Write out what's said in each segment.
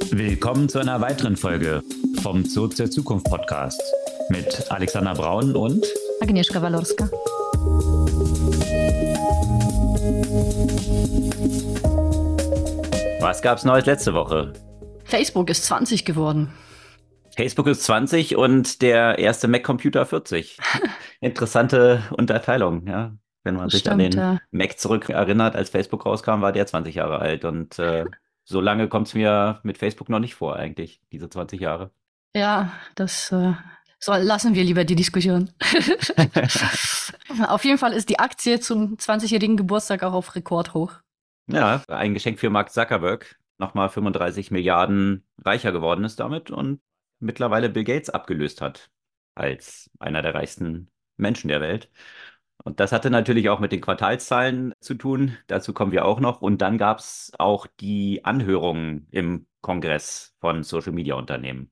Willkommen zu einer weiteren Folge vom Zurück zur Zukunft Podcast mit Alexander Braun und Agnieszka Walorska. Was gab's Neues letzte Woche? Facebook ist 20 geworden. Facebook ist 20 und der erste Mac-Computer 40. Interessante Unterteilung, ja. Wenn man sich an Stimmt, den ja. Mac zurück erinnert, als Facebook rauskam, war der 20 Jahre alt. Und so lange kommt es mir mit Facebook noch nicht vor, eigentlich, diese 20 Jahre. Ja, lassen wir lieber die Diskussion. Auf jeden Fall ist die Aktie zum 20-jährigen Geburtstag auch auf Rekordhoch. Ja, ein Geschenk für Mark Zuckerberg. Nochmal 35 Milliarden reicher geworden ist damit und mittlerweile Bill Gates abgelöst hat als einer der reichsten Menschen der Welt. Und das hatte natürlich auch mit den Quartalszahlen zu tun. Dazu kommen wir auch noch. Und dann gab es auch die Anhörungen im Kongress von Social-Media-Unternehmen,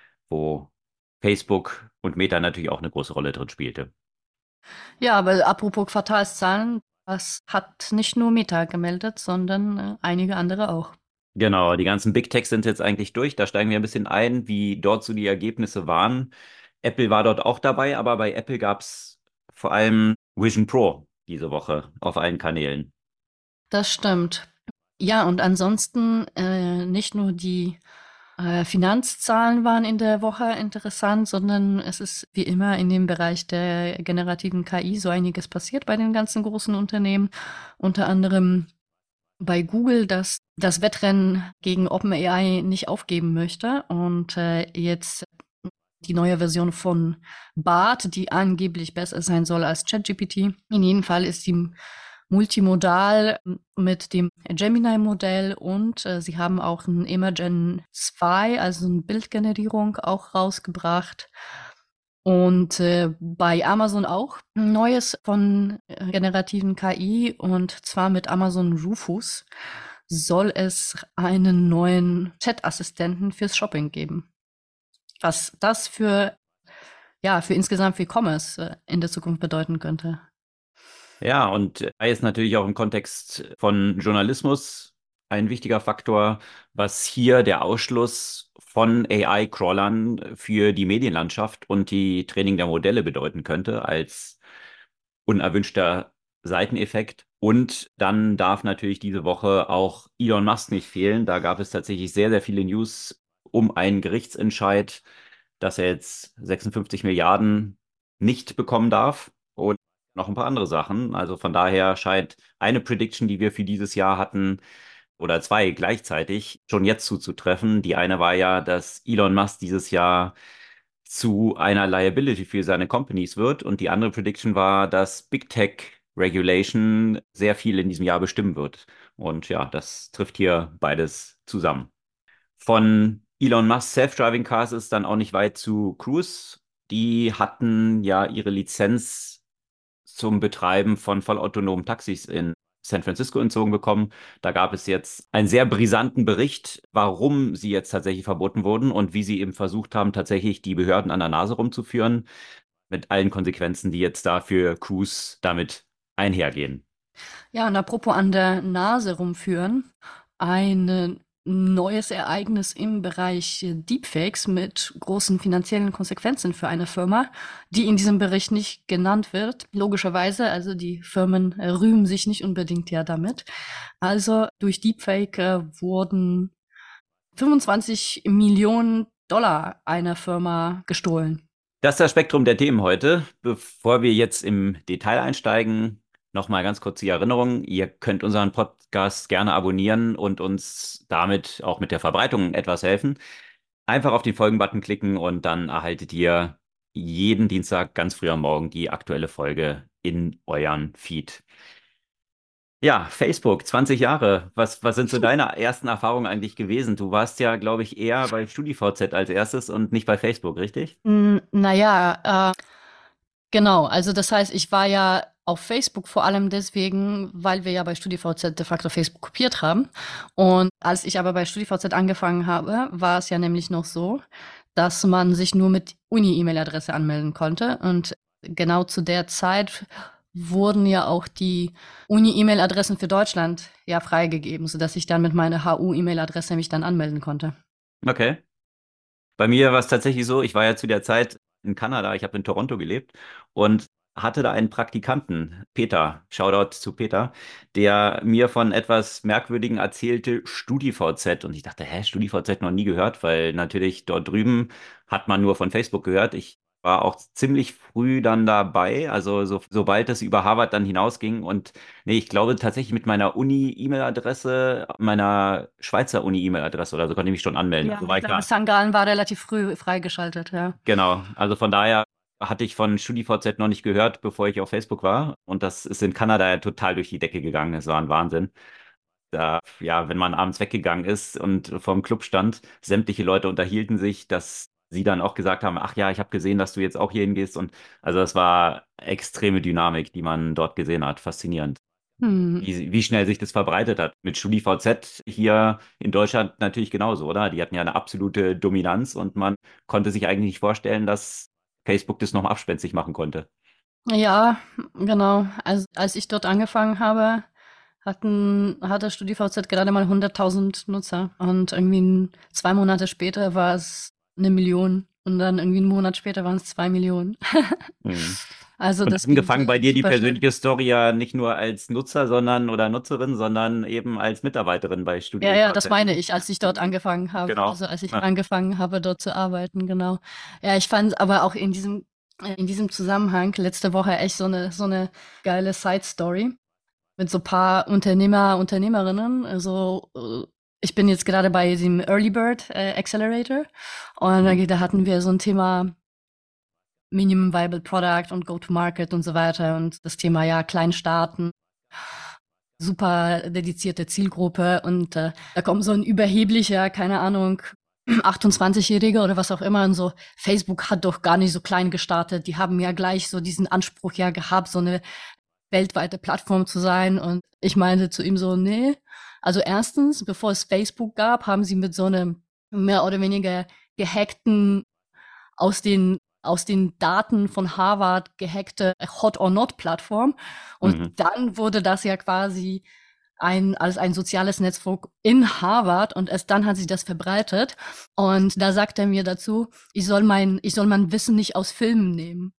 wo Facebook und Meta natürlich auch eine große Rolle drin spielte. Ja, aber apropos Quartalszahlen, das hat nicht nur Meta gemeldet, sondern einige andere auch. Genau, die ganzen Big Techs sind jetzt eigentlich durch. Da steigen wir ein bisschen ein, wie dort so die Ergebnisse waren. Apple war dort auch dabei, aber bei Apple gab es vor allem Vision Pro diese Woche auf allen Kanälen. Das stimmt. Ja, und ansonsten nicht nur die Finanzzahlen waren in der Woche interessant, sondern es ist wie immer in dem Bereich der generativen KI so einiges passiert bei den ganzen großen Unternehmen. Unter anderem bei Google, das das Wettrennen gegen OpenAI nicht aufgeben möchte und jetzt die neue Version von Bard, die angeblich besser sein soll als ChatGPT. In jedem Fall ist sie multimodal mit dem Gemini-Modell und sie haben auch ein Imagen 2, also eine Bildgenerierung, auch rausgebracht. Und bei Amazon auch ein neues von generativen KI, und zwar mit Amazon Rufus soll es einen neuen Chat-Assistenten fürs Shopping geben. Was das für insgesamt für Commerce in der Zukunft bedeuten könnte. Ja, und AI ist natürlich auch im Kontext von Journalismus ein wichtiger Faktor, was hier der Ausschluss von AI-Crawlern für die Medienlandschaft und die Training der Modelle bedeuten könnte, als unerwünschter Seiteneffekt. Und dann darf natürlich diese Woche auch Elon Musk nicht fehlen. Da gab es tatsächlich sehr, sehr viele News um einen Gerichtsentscheid, dass er jetzt 56 Milliarden nicht bekommen darf. Und noch ein paar andere Sachen. Also von daher scheint eine Prediction, die wir für dieses Jahr hatten, oder zwei gleichzeitig, schon jetzt zuzutreffen. Die eine war ja, dass Elon Musk dieses Jahr zu einer Liability für seine Companies wird. Und die andere Prediction war, dass Big Tech Regulation sehr viel in diesem Jahr bestimmen wird. Und ja, das trifft hier beides zusammen. Von Elon Musk Self-Driving Cars ist dann auch nicht weit zu Cruise. Die hatten ja ihre Lizenz zum Betreiben von vollautonomen Taxis in San Francisco entzogen bekommen. Da gab es jetzt einen sehr brisanten Bericht, warum sie jetzt tatsächlich verboten wurden und wie sie eben versucht haben, tatsächlich die Behörden an der Nase rumzuführen, mit allen Konsequenzen, die jetzt da für Cruise damit einhergehen. Ja, und apropos an der Nase rumführen, ein neues Ereignis im Bereich Deepfakes mit großen finanziellen Konsequenzen für eine Firma, die in diesem Bericht nicht genannt wird. Logischerweise, also die Firmen rühmen sich nicht unbedingt ja damit. Also durch Deepfake wurden 25 Millionen Dollar einer Firma gestohlen. Das ist das Spektrum der Themen heute. Bevor wir jetzt im Detail einsteigen, nochmal ganz kurz die Erinnerung. Ihr könnt unseren Podcast gerne abonnieren und uns damit auch mit der Verbreitung etwas helfen. Einfach auf den Folgen-Button klicken und dann erhaltet ihr jeden Dienstag ganz früh am Morgen die aktuelle Folge in euren Feed. Ja, Facebook, 20 Jahre. Was sind so deine ersten Erfahrungen eigentlich gewesen? Du warst ja, glaube ich, eher bei StudiVZ als erstes und nicht bei Facebook, richtig? Naja, genau. Also das heißt, ich war ja auf Facebook vor allem deswegen, weil wir ja bei StudiVZ de facto Facebook kopiert haben. Und als ich aber bei StudiVZ angefangen habe, war es ja nämlich noch so, dass man sich nur mit Uni-E-Mail-Adresse anmelden konnte. Und genau zu der Zeit wurden ja auch die Uni-E-Mail-Adressen für Deutschland ja freigegeben, sodass ich dann mit meiner HU-E-Mail-Adresse mich dann anmelden konnte. Okay. Bei mir war es tatsächlich so, ich war ja zu der Zeit in Kanada, ich habe in Toronto gelebt und hatte da einen Praktikanten, Peter, Shoutout zu Peter, der mir von etwas Merkwürdigen erzählte, StudiVZ. Und ich dachte, hä, StudiVZ noch nie gehört, weil natürlich dort drüben hat man nur von Facebook gehört. Ich war auch ziemlich früh dann dabei, also sobald es über Harvard dann hinausging. Und nee, ich glaube tatsächlich mit meiner Uni-E-Mail-Adresse, meiner Schweizer Uni-E-Mail-Adresse oder so konnte ich mich schon anmelden. Ja, Also ich war ich glaube, da. Sangalen war relativ früh freigeschaltet, ja. Genau, also von daher hatte ich von StudiVZ noch nicht gehört, bevor ich auf Facebook war. Und das ist in Kanada ja total durch die Decke gegangen. Es war ein Wahnsinn. Da, ja, wenn man abends weggegangen ist und vorm Club stand, sämtliche Leute unterhielten sich, dass sie dann auch gesagt haben, ach ja, ich habe gesehen, dass du jetzt auch hier hingehst. Und also das war extreme Dynamik, die man dort gesehen hat. Faszinierend. Hm. Wie schnell sich das verbreitet hat. Mit StudiVZ hier in Deutschland natürlich genauso, oder? Die hatten ja eine absolute Dominanz und man konnte sich eigentlich nicht vorstellen, dass Facebook das noch abspenstig machen konnte. Ja, genau. Also, als ich dort angefangen habe, hatte StudiVZ gerade mal 100.000 Nutzer und irgendwie 2 Monate später war es 1 Million und dann irgendwie 1 Monat später waren es 2 Millionen. Mhm. Also Und das ging angefangen bei dir die super schnell. persönliche Story ja nicht nur als Nutzer, sondern oder Nutzerin, sondern eben als Mitarbeiterin bei Ja, ja, das StudiVZ. meine ich, als ich dort angefangen habe. Genau. Also als ich Ja. angefangen habe, dort zu arbeiten, genau. Ja, ich fand aber auch in diesem Zusammenhang letzte Woche echt so eine geile Side-Story mit so paar Unternehmerinnen. Also ich bin jetzt gerade bei diesem Early Bird Accelerator und Mhm. da hatten wir so ein Thema Minimum Viable Product und Go-to-Market und so weiter und das Thema ja klein starten, super dedizierte Zielgruppe und da kommt so ein überheblicher, keine Ahnung, 28-Jähriger oder was auch immer und so, Facebook hat doch gar nicht so klein gestartet, die haben ja gleich so diesen Anspruch ja gehabt, so eine weltweite Plattform zu sein und ich meinte zu ihm so, nee, also erstens, bevor es Facebook gab, haben sie mit so einem mehr oder weniger gehackten aus den Daten von Harvard gehackte Hot or Not Plattform. Und Mhm. dann wurde das ja quasi als ein soziales Netzwerk in Harvard und erst dann hat sich das verbreitet. Und da sagt er mir dazu, ich soll mein Wissen nicht aus Filmen nehmen.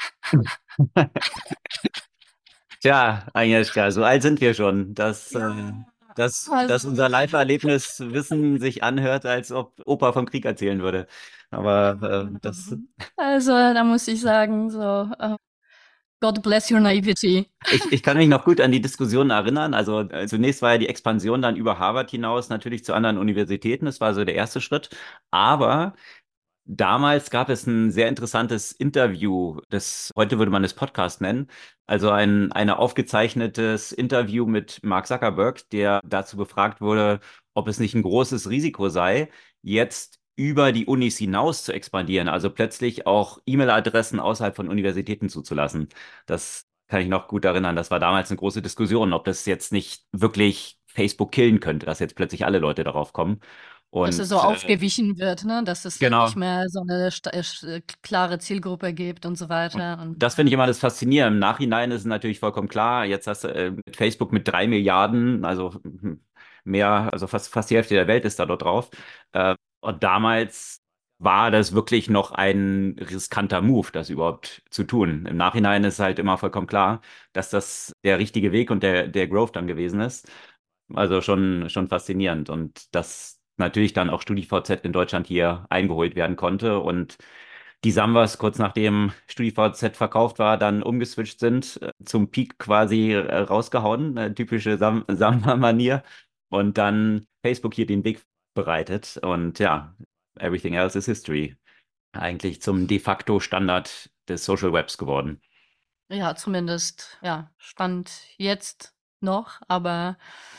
Tja, Agnieszka, so alt sind wir schon, Ja, dass also unser Live-Erlebnis Wissen sich anhört, als ob Opa vom Krieg erzählen würde. Aber das, also da muss ich sagen, so, God bless your naivety. ich kann mich noch gut an die Diskussion erinnern. Also zunächst war ja die Expansion dann über Harvard hinaus natürlich zu anderen Universitäten. Das war so der erste Schritt. Aber damals gab es ein sehr interessantes Interview, das heute würde man es Podcast nennen. Also ein aufgezeichnetes Interview mit Mark Zuckerberg, der dazu befragt wurde, ob es nicht ein großes Risiko sei, jetzt über die Unis hinaus zu expandieren, also plötzlich auch E-Mail-Adressen außerhalb von Universitäten zuzulassen. Das kann ich noch gut erinnern. Das war damals eine große Diskussion, ob das jetzt nicht wirklich Facebook killen könnte, dass jetzt plötzlich alle Leute darauf kommen. Dass es so Und aufgewichen wird, ne? Dass es nicht genau. mehr so eine klare Zielgruppe gibt und so Und weiter. Und das finde ich immer das Faszinierende. Im Nachhinein ist es natürlich vollkommen klar. Jetzt hast du mit Facebook mit 3 Milliarden, also mehr, also fast die Hälfte der Welt ist da dort drauf. Und damals war das wirklich noch ein riskanter Move, das überhaupt zu tun. Im Nachhinein ist halt immer vollkommen klar, dass das der richtige Weg und der Growth dann gewesen ist. Also schon faszinierend. Und dass natürlich dann auch StudiVZ in Deutschland hier eingeholt werden konnte und die Sambas kurz nachdem StudiVZ verkauft war, dann umgeswitcht sind, zum Peak quasi rausgehauen, typische Samba-Manier. Und dann Facebook hier den Weg bereitet. Und ja, everything else is history. Eigentlich zum de facto Standard des Social Webs geworden. ja, zumindest, ja, Stand jetzt noch, aber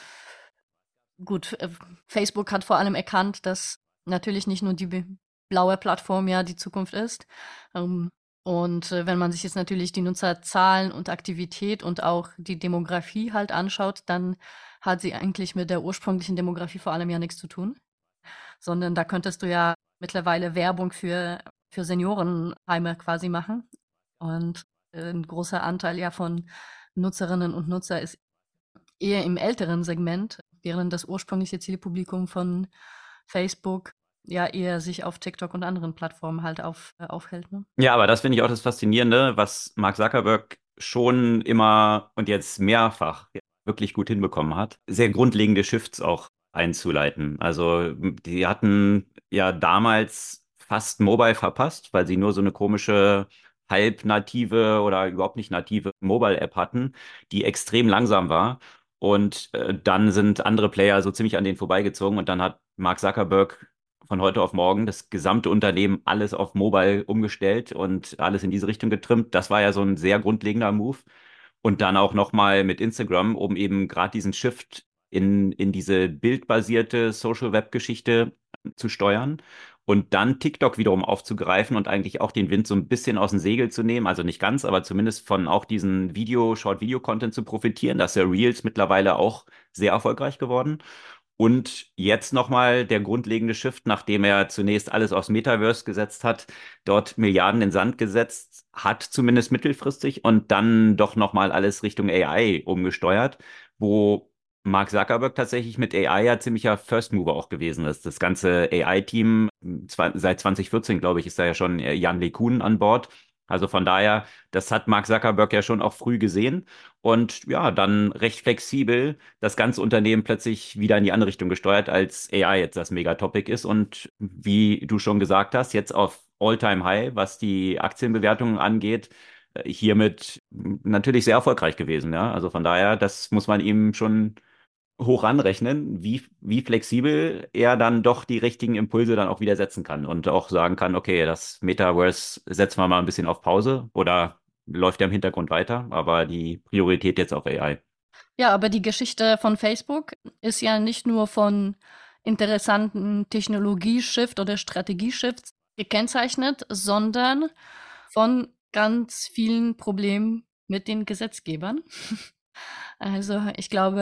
gut, Facebook hat vor allem erkannt, dass natürlich nicht nur die blaue Plattform ja die Zukunft ist. Ähm, und wenn man sich jetzt natürlich die Nutzerzahlen und Aktivität und auch die Demografie halt anschaut, dann hat sie eigentlich mit der ursprünglichen Demografie vor allem ja nichts zu tun, sondern da könntest du ja mittlerweile Werbung für Seniorenheime quasi machen. Und ein großer Anteil ja von Nutzerinnen und Nutzer ist eher im älteren Segment, während das ursprüngliche Zielpublikum von Facebook ja eher sich auf TikTok und anderen Plattformen halt aufhält, ne? Ja, aber das finde ich auch das Faszinierende, was Mark Zuckerberg schon immer und jetzt mehrfach wirklich gut hinbekommen hat, sehr grundlegende Shifts auch einzuleiten. Also die hatten ja damals fast Mobile verpasst, weil sie nur so eine komische halbnative oder überhaupt nicht native Mobile-App hatten, die extrem langsam war. Und dann sind andere Player so ziemlich an denen vorbeigezogen und dann hat Mark Zuckerberg von heute auf morgen das gesamte Unternehmen alles auf Mobile umgestellt und alles in diese Richtung getrimmt. Das war ja so ein sehr grundlegender Move. Und dann auch nochmal mit Instagram, um eben gerade diesen Shift in diese bildbasierte Social Web Geschichte zu steuern. Und dann TikTok wiederum aufzugreifen und eigentlich auch den Wind so ein bisschen aus dem Segel zu nehmen. Also nicht ganz, aber zumindest von auch diesen Short-Video-Content zu profitieren. Das ist ja Reels mittlerweile auch sehr erfolgreich geworden. Und jetzt nochmal der grundlegende Shift, nachdem er zunächst alles aufs Metaverse gesetzt hat, dort Milliarden in den Sand gesetzt hat, zumindest mittelfristig, und dann doch nochmal alles Richtung AI umgesteuert, wo Mark Zuckerberg tatsächlich mit AI ja ziemlicher First Mover auch gewesen ist. Das ganze AI-Team, seit 2014, glaube ich, ist da ja schon Jan LeCun an Bord. Also von daher, das hat Mark Zuckerberg ja schon auch früh gesehen und ja, dann recht flexibel das ganze Unternehmen plötzlich wieder in die andere Richtung gesteuert, als AI jetzt das Megatopic ist. Und wie du schon gesagt hast, jetzt auf All-Time-High, was die Aktienbewertungen angeht, hiermit natürlich sehr erfolgreich gewesen. Ja, also von daher, das muss man ihm schon hoch anrechnen, wie flexibel er dann doch die richtigen Impulse dann auch wieder setzen kann und auch sagen kann, okay, das Metaverse setzen wir mal ein bisschen auf Pause oder läuft ja im Hintergrund weiter, aber die Priorität jetzt auf AI. Ja, aber die Geschichte von Facebook ist ja nicht nur von interessanten Technologieshift oder Strategieshifts gekennzeichnet, sondern von ganz vielen Problemen mit den Gesetzgebern. Also ich glaube,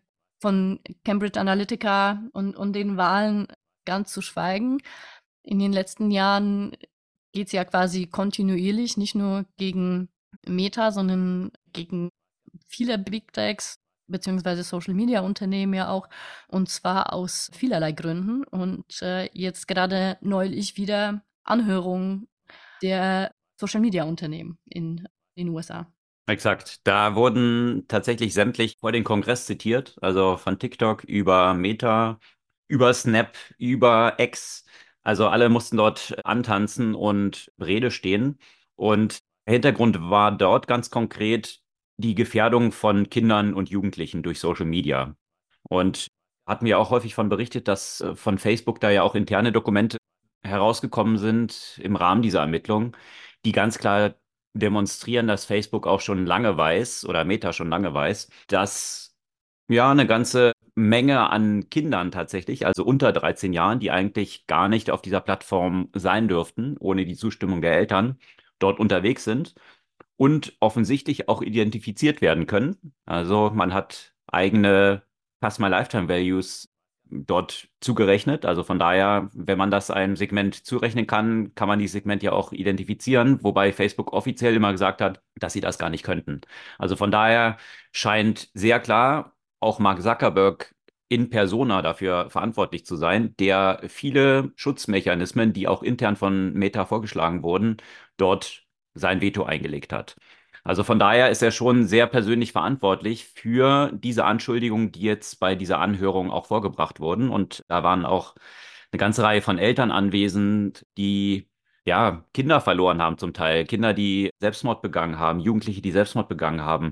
von Cambridge Analytica und den Wahlen ganz zu schweigen. In den letzten Jahren geht es ja quasi kontinuierlich, nicht nur gegen Meta, sondern gegen viele Big Techs beziehungsweise Social Media Unternehmen ja auch, und zwar aus vielerlei Gründen. Und jetzt gerade neulich wieder Anhörungen der Social Media Unternehmen in den USA. Exakt. Da wurden tatsächlich sämtlich vor den Kongress zitiert, also von TikTok über Meta, über Snap, über X. Also alle mussten dort antanzen und Rede stehen. Und der Hintergrund war dort ganz konkret die Gefährdung von Kindern und Jugendlichen durch Social Media. Und hatten wir auch häufig von berichtet, dass von Facebook da ja auch interne Dokumente herausgekommen sind im Rahmen dieser Ermittlungen, die ganz klar demonstrieren, dass Facebook auch schon lange weiß oder Meta schon lange weiß, dass ja eine ganze Menge an Kindern tatsächlich, also unter 13 Jahren, die eigentlich gar nicht auf dieser Plattform sein dürften, ohne die Zustimmung der Eltern, dort unterwegs sind und offensichtlich auch identifiziert werden können. Also man hat eigene Customer Lifetime Values dort zugerechnet. Also von daher, wenn man das einem Segment zurechnen kann, kann man dieses Segment ja auch identifizieren, wobei Facebook offiziell immer gesagt hat, dass sie das gar nicht könnten. Also von daher scheint sehr klar auch Mark Zuckerberg in persona dafür verantwortlich zu sein, der viele Schutzmechanismen, die auch intern von Meta vorgeschlagen wurden, dort sein Veto eingelegt hat. Also von daher ist er schon sehr persönlich verantwortlich für diese Anschuldigungen, die jetzt bei dieser Anhörung auch vorgebracht wurden. Und da waren auch eine ganze Reihe von Eltern anwesend, die ja Kinder verloren haben zum Teil, Kinder, die Selbstmord begangen haben, Jugendliche, die Selbstmord begangen haben,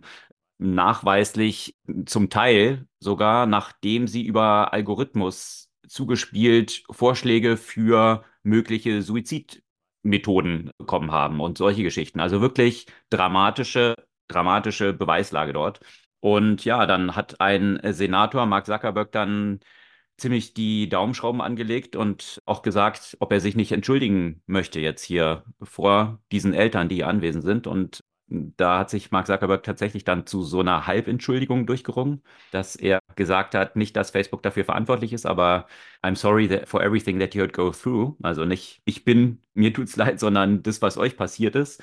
nachweislich zum Teil sogar, nachdem sie über Algorithmus zugespielt Vorschläge für mögliche Suizidmethoden bekommen haben und solche Geschichten. Also wirklich dramatische Beweislage dort. Und ja, dann hat ein Senator, Mark Zuckerberg, dann ziemlich die Daumenschrauben angelegt und auch gesagt, ob er sich nicht entschuldigen möchte jetzt hier vor diesen Eltern, die hier anwesend sind. Und da hat sich Mark Zuckerberg tatsächlich dann zu so einer Halbentschuldigung durchgerungen, dass er gesagt hat, nicht, dass Facebook dafür verantwortlich ist, aber I'm sorry for everything that you had go through. Also nicht, mir tut's leid, sondern das, was euch passiert ist.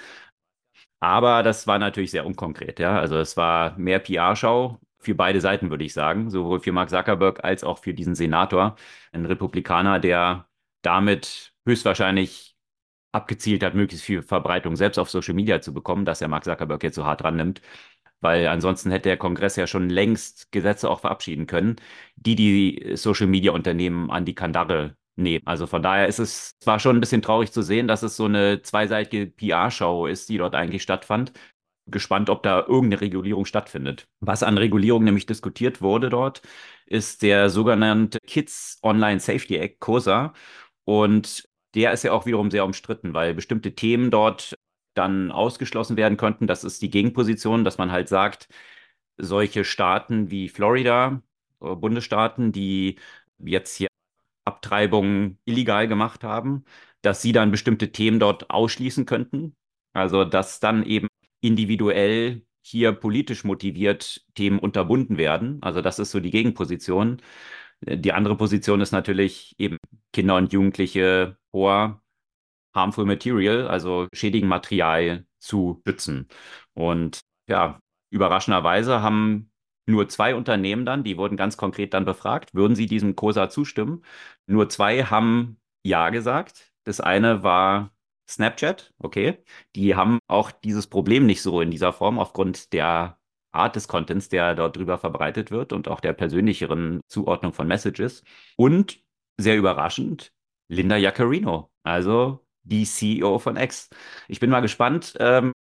Aber das war natürlich sehr unkonkret, ja. Also es war mehr PR-Schau für beide Seiten, würde ich sagen. Sowohl für Mark Zuckerberg als auch für diesen Senator, ein Republikaner, der damit höchstwahrscheinlich abgezielt hat, möglichst viel Verbreitung selbst auf Social Media zu bekommen, dass er Mark Zuckerberg jetzt so hart rannimmt. Weil ansonsten hätte der Kongress ja schon längst Gesetze auch verabschieden können, die Social-Media-Unternehmen an die Kandare nehmen. Also von daher ist es zwar schon ein bisschen traurig zu sehen, dass es so eine zweiseitige PR-Show ist, die dort eigentlich stattfand. Gespannt, ob da irgendeine Regulierung stattfindet. Was an Regulierung nämlich diskutiert wurde dort, ist der sogenannte Kids Online Safety Act, KOSA. Und der ist ja auch wiederum sehr umstritten, weil bestimmte Themen dort dann ausgeschlossen werden könnten. Das ist die Gegenposition, dass man halt sagt, solche Staaten wie Florida, Bundesstaaten, die jetzt hier Abtreibungen illegal gemacht haben, dass sie dann bestimmte Themen dort ausschließen könnten. Also dass dann eben individuell hier politisch motiviert Themen unterbunden werden. Also das ist so die Gegenposition. Die andere Position ist natürlich eben Kinder und Jugendliche vor Harmful Material, also schädigem Material zu schützen. Und ja, überraschenderweise haben nur zwei Unternehmen dann, die wurden ganz konkret dann befragt, würden sie diesem COSA zustimmen? Nur zwei haben Ja gesagt. Das eine war Snapchat, okay. Die haben auch dieses Problem nicht so in dieser Form aufgrund der Art des Contents, der dort drüber verbreitet wird und auch der persönlicheren Zuordnung von Messages. Und sehr überraschend, Linda Yaccarino, also die CEO von X. Ich bin mal gespannt,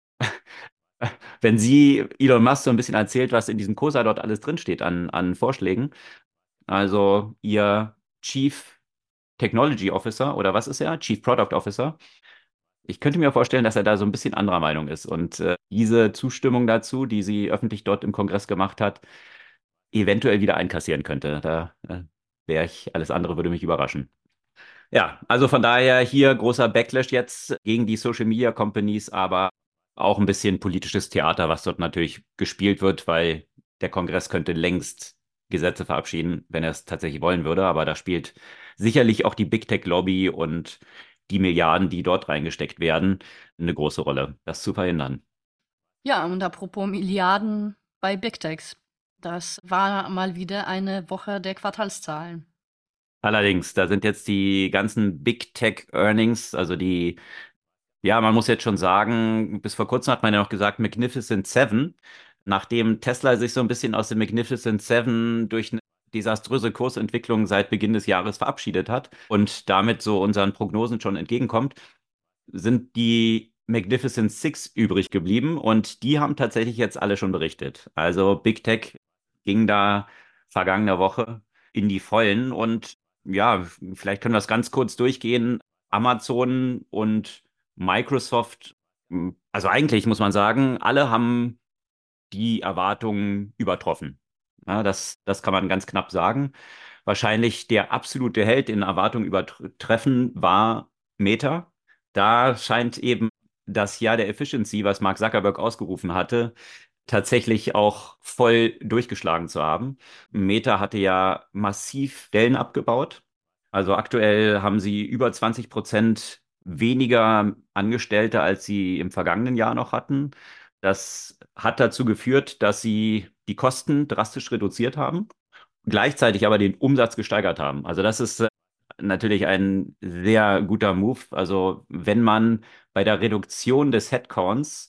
wenn sie Elon Musk so ein bisschen erzählt, was in diesem COSA dort alles drinsteht an Vorschlägen. Also ihr Chief Technology Officer oder was ist er? Chief Product Officer. Ich könnte mir vorstellen, dass er da so ein bisschen anderer Meinung ist und diese Zustimmung dazu, die sie öffentlich dort im Kongress gemacht hat, eventuell wieder einkassieren könnte. Da wäre ich, alles andere würde mich überraschen. Ja, also von daher hier großer Backlash jetzt gegen die Social Media Companies, aber auch ein bisschen politisches Theater, was dort natürlich gespielt wird, weil der Kongress könnte längst Gesetze verabschieden, wenn er es tatsächlich wollen würde. Aber da spielt sicherlich auch die Big Tech Lobby und die Milliarden, die dort reingesteckt werden, eine große Rolle, das zu verhindern. Ja, und apropos Milliarden bei Big Techs. Das war mal wieder eine Woche der Quartalszahlen. Allerdings, da sind jetzt die ganzen Big Tech Earnings, also die. Ja, man muss jetzt schon sagen, bis vor kurzem hat man ja noch gesagt Magnificent Seven, nachdem Tesla sich so ein bisschen aus dem Magnificent Seven durch eine desaströse Kursentwicklung seit Beginn des Jahres verabschiedet hat und damit so unseren Prognosen schon entgegenkommt, sind die Magnificent Six übrig geblieben und die haben tatsächlich jetzt alle schon berichtet. Also Big Tech ging da vergangene Woche in die Vollen und ja, vielleicht können wir das ganz kurz durchgehen. Amazon und Microsoft, also eigentlich muss man sagen, alle haben die Erwartungen übertroffen. Ja, das kann man ganz knapp sagen. Wahrscheinlich der absolute Held in Erwartungen übertreffen war Meta. Da scheint eben das Jahr der Efficiency, was Mark Zuckerberg ausgerufen hatte, tatsächlich auch voll durchgeschlagen zu haben. Meta hatte ja massiv Stellen abgebaut. Also aktuell haben sie über 20% weniger Angestellte, als sie im vergangenen Jahr noch hatten. Das hat dazu geführt, dass sie die Kosten drastisch reduziert haben, gleichzeitig aber den Umsatz gesteigert haben. Also das ist natürlich ein sehr guter Move. Also wenn man bei der Reduktion des Headcounts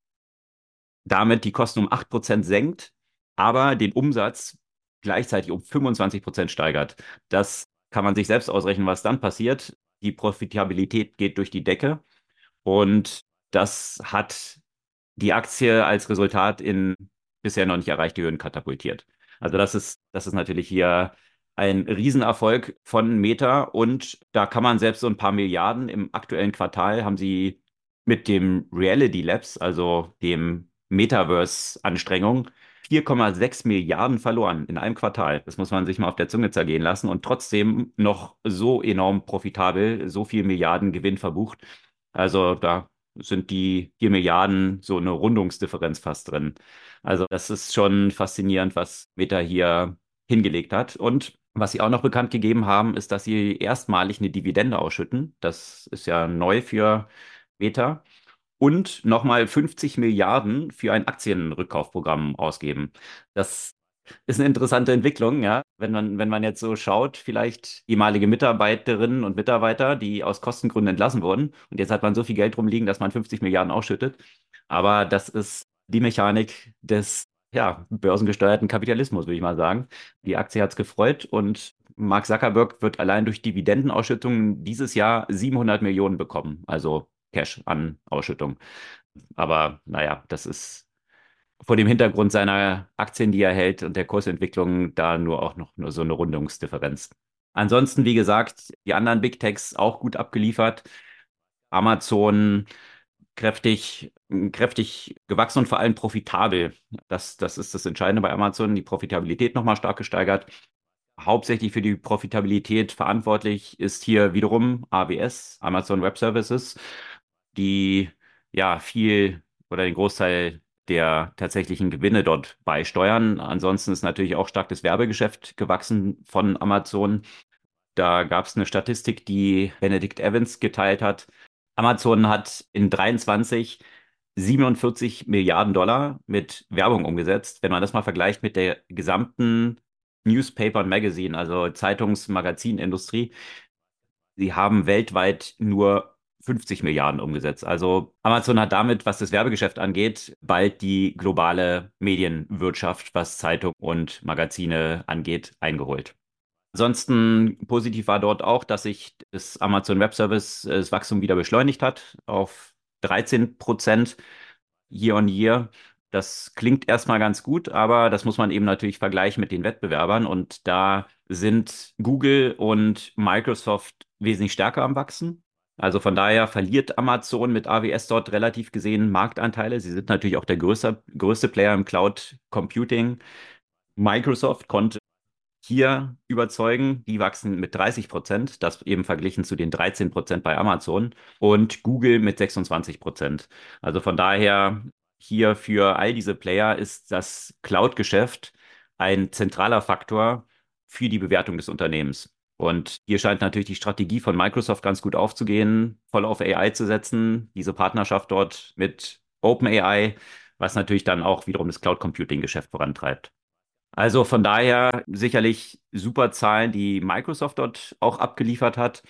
damit die Kosten um 8% senkt, aber den Umsatz gleichzeitig um 25% steigert. Das kann man sich selbst ausrechnen, was dann passiert. Die Profitabilität geht durch die Decke und das hat die Aktie als Resultat in bisher noch nicht erreichte Höhen katapultiert. Also das ist natürlich hier ein Riesenerfolg von Meta und da kann man selbst so ein paar Milliarden im aktuellen Quartal haben sie mit dem Reality Labs, also dem Metaverse-Anstrengung, 4,6 Milliarden verloren in einem Quartal. Das muss man sich mal auf der Zunge zergehen lassen und trotzdem noch so enorm profitabel, so viel Milliarden Gewinn verbucht. Also da sind die 4 Milliarden so eine Rundungsdifferenz fast drin. Also das ist schon faszinierend, was Meta hier hingelegt hat. Und was sie auch noch bekannt gegeben haben, ist, dass sie erstmalig eine Dividende ausschütten. Das ist ja neu für Meta. Und nochmal 50 Milliarden für ein Aktienrückkaufprogramm ausgeben. Das ist eine interessante Entwicklung, ja. Wenn man jetzt so schaut, vielleicht ehemalige Mitarbeiterinnen und Mitarbeiter, die aus Kostengründen entlassen wurden. Und jetzt hat man so viel Geld rumliegen, dass man 50 Milliarden ausschüttet. Aber das ist die Mechanik des, ja, börsengesteuerten Kapitalismus, würde ich mal sagen. Die Aktie hat es gefreut und Mark Zuckerberg wird allein durch Dividendenausschüttungen dieses Jahr 700 Millionen bekommen. Also Cash an Ausschüttung. Aber naja, das ist vor dem Hintergrund seiner Aktien, die er hält und der Kursentwicklung da nur auch noch nur so eine Rundungsdifferenz. Ansonsten, wie gesagt, die anderen Big Techs auch gut abgeliefert. Amazon kräftig gewachsen und vor allem profitabel. Das ist das Entscheidende bei Amazon, die Profitabilität nochmal stark gesteigert. Hauptsächlich für die Profitabilität verantwortlich ist hier wiederum AWS, Amazon Web Services, die ja viel oder den Großteil der tatsächlichen Gewinne dort beisteuern. Ansonsten ist natürlich auch stark das Werbegeschäft gewachsen von Amazon. Da gab es eine Statistik, die Benedict Evans geteilt hat. Amazon hat in 23 47 Milliarden Dollar mit Werbung umgesetzt. Wenn man das mal vergleicht mit der gesamten Newspaper und Magazine, also Zeitungs-Magazinindustrie, sie haben weltweit nur 50 Milliarden umgesetzt. Also Amazon hat damit, was das Werbegeschäft angeht, bald die globale Medienwirtschaft, was Zeitung und Magazine angeht, eingeholt. Ansonsten positiv war dort auch, dass sich das Amazon Web Service das Wachstum wieder beschleunigt hat auf 13% year on year. Das klingt erstmal ganz gut, aber das muss man eben natürlich vergleichen mit den Wettbewerbern. Und da sind Google und Microsoft wesentlich stärker am Wachsen. Also von daher verliert Amazon mit AWS dort relativ gesehen Marktanteile. Sie sind natürlich auch der größte Player im Cloud Computing. Microsoft konnte hier überzeugen. Die wachsen mit 30%, das eben verglichen zu den 13% bei Amazon und Google mit 26%. Also von daher hier für all diese Player ist das Cloud-Geschäft ein zentraler Faktor für die Bewertung des Unternehmens. Und hier scheint natürlich die Strategie von Microsoft ganz gut aufzugehen, voll auf AI zu setzen, diese Partnerschaft dort mit OpenAI, was natürlich dann auch wiederum das Cloud Computing Geschäft vorantreibt. Also von daher sicherlich super Zahlen, die Microsoft dort auch abgeliefert hat.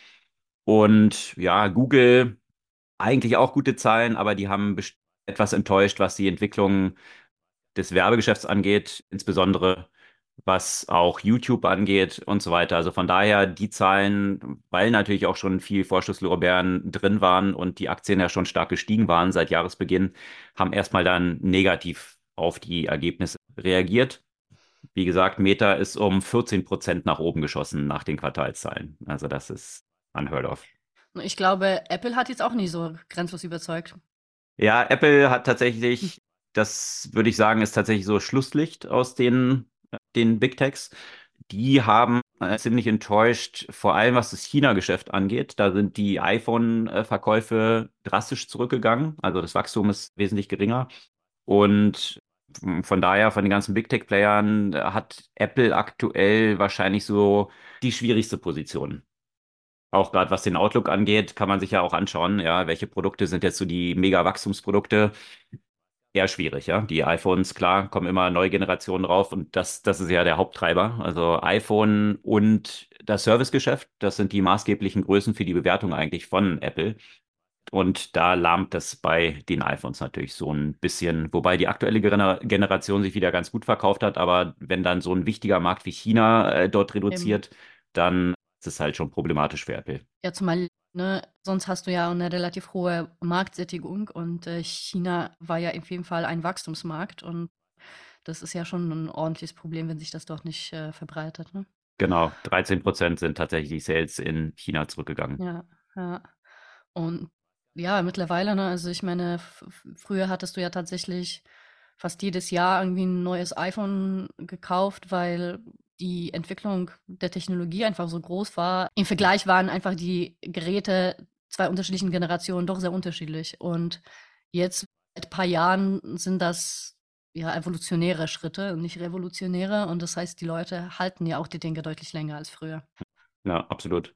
Und ja, Google eigentlich auch gute Zahlen, aber die haben etwas enttäuscht, was die Entwicklung des Werbegeschäfts angeht, insbesondere was auch YouTube angeht und so weiter. Also von daher die Zahlen, weil natürlich auch schon viel Vorschusslorbeeren drin waren und die Aktien ja schon stark gestiegen waren seit Jahresbeginn, haben erstmal dann negativ auf die Ergebnisse reagiert. Wie gesagt, Meta ist um 14% nach oben geschossen nach den Quartalszahlen. Also das ist unheard of. Ich glaube, Apple hat jetzt auch nicht so grenzlos überzeugt. Ja, Apple hat tatsächlich, das würde ich sagen, ist tatsächlich so Schlusslicht aus den Big Techs. Die haben ziemlich enttäuscht, vor allem was das China-Geschäft angeht. Da sind die iPhone-Verkäufe drastisch zurückgegangen. Also das Wachstum ist wesentlich geringer. Und von daher, von den ganzen Big Tech-Playern, hat Apple aktuell wahrscheinlich so die schwierigste Position. Auch gerade was den Outlook angeht, kann man sich ja auch anschauen, ja, welche Produkte sind jetzt so die Mega-Wachstumsprodukte. Eher schwierig, ja. Die iPhones, klar, kommen immer neue Generationen drauf und das ist ja der Haupttreiber. Also iPhone und das Servicegeschäft, das sind die maßgeblichen Größen für die Bewertung eigentlich von Apple. Und da lahmt das bei den iPhones natürlich so ein bisschen, wobei die aktuelle Generation sich wieder ganz gut verkauft hat, aber wenn dann so ein wichtiger Markt wie China dort Eben. reduziert, dann ist es halt schon problematisch für Apple. Ja, zumal, ne, sonst hast du ja eine relativ hohe Marktsättigung und China war ja auf jeden Fall ein Wachstumsmarkt und das ist ja schon ein ordentliches Problem, wenn sich das dort nicht verbreitet, ne? Genau, 13% sind tatsächlich die Sales in China zurückgegangen. Ja, ja. Und ja, mittlerweile, ne, also ich meine, früher hattest du ja tatsächlich fast jedes Jahr irgendwie ein neues iPhone gekauft, weil die Entwicklung der Technologie einfach so groß war. Im Vergleich waren einfach die Geräte zwei unterschiedlichen Generationen doch sehr unterschiedlich. Und jetzt seit ein paar Jahren sind das ja evolutionäre Schritte und nicht revolutionäre. Und das heißt, die Leute halten ja auch die Dinge deutlich länger als früher. Ja, absolut.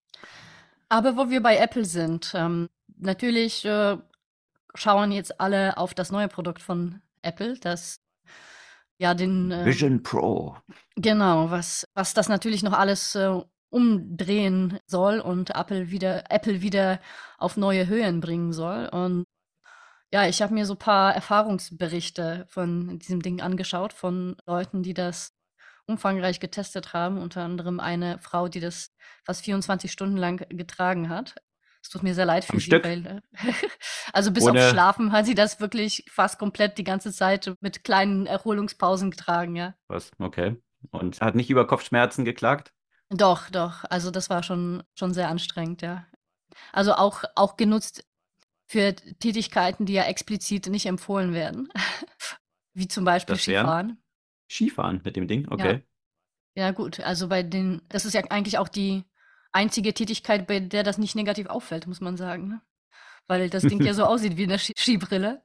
Aber wo wir bei Apple sind, natürlich schauen jetzt alle auf das neue Produkt von Apple, das ja, den, Vision Pro. genau, was das natürlich noch alles umdrehen soll und Apple wieder auf neue Höhen bringen soll. Und ja, ich habe mir so ein paar Erfahrungsberichte von diesem Ding angeschaut, von Leuten, die das umfangreich getestet haben, unter anderem eine Frau, die das fast 24 Stunden lang getragen hat. Es tut mir sehr leid Am für sie, Stück, weil also bis auf ohne Schlafen hat sie das wirklich fast komplett die ganze Zeit mit kleinen Erholungspausen getragen, ja. was, okay. Und hat nicht über Kopfschmerzen geklagt? Doch, doch. Also das war schon sehr anstrengend, ja. Also auch genutzt für Tätigkeiten, die ja explizit nicht empfohlen werden, wie zum Beispiel Das wären Skifahren. Skifahren mit dem Ding, Ja, okay. ja gut. Also das ist ja eigentlich auch die einzige Tätigkeit, bei der das nicht negativ auffällt, muss man sagen, ne? Weil das Ding ja so aussieht wie eine Skibrille.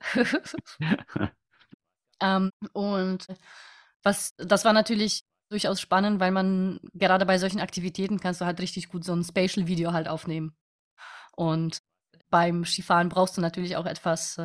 Und das war natürlich durchaus spannend, weil man gerade bei solchen Aktivitäten kannst du halt richtig gut so ein Spatial-Video halt aufnehmen. Und beim Skifahren brauchst du natürlich auch etwas,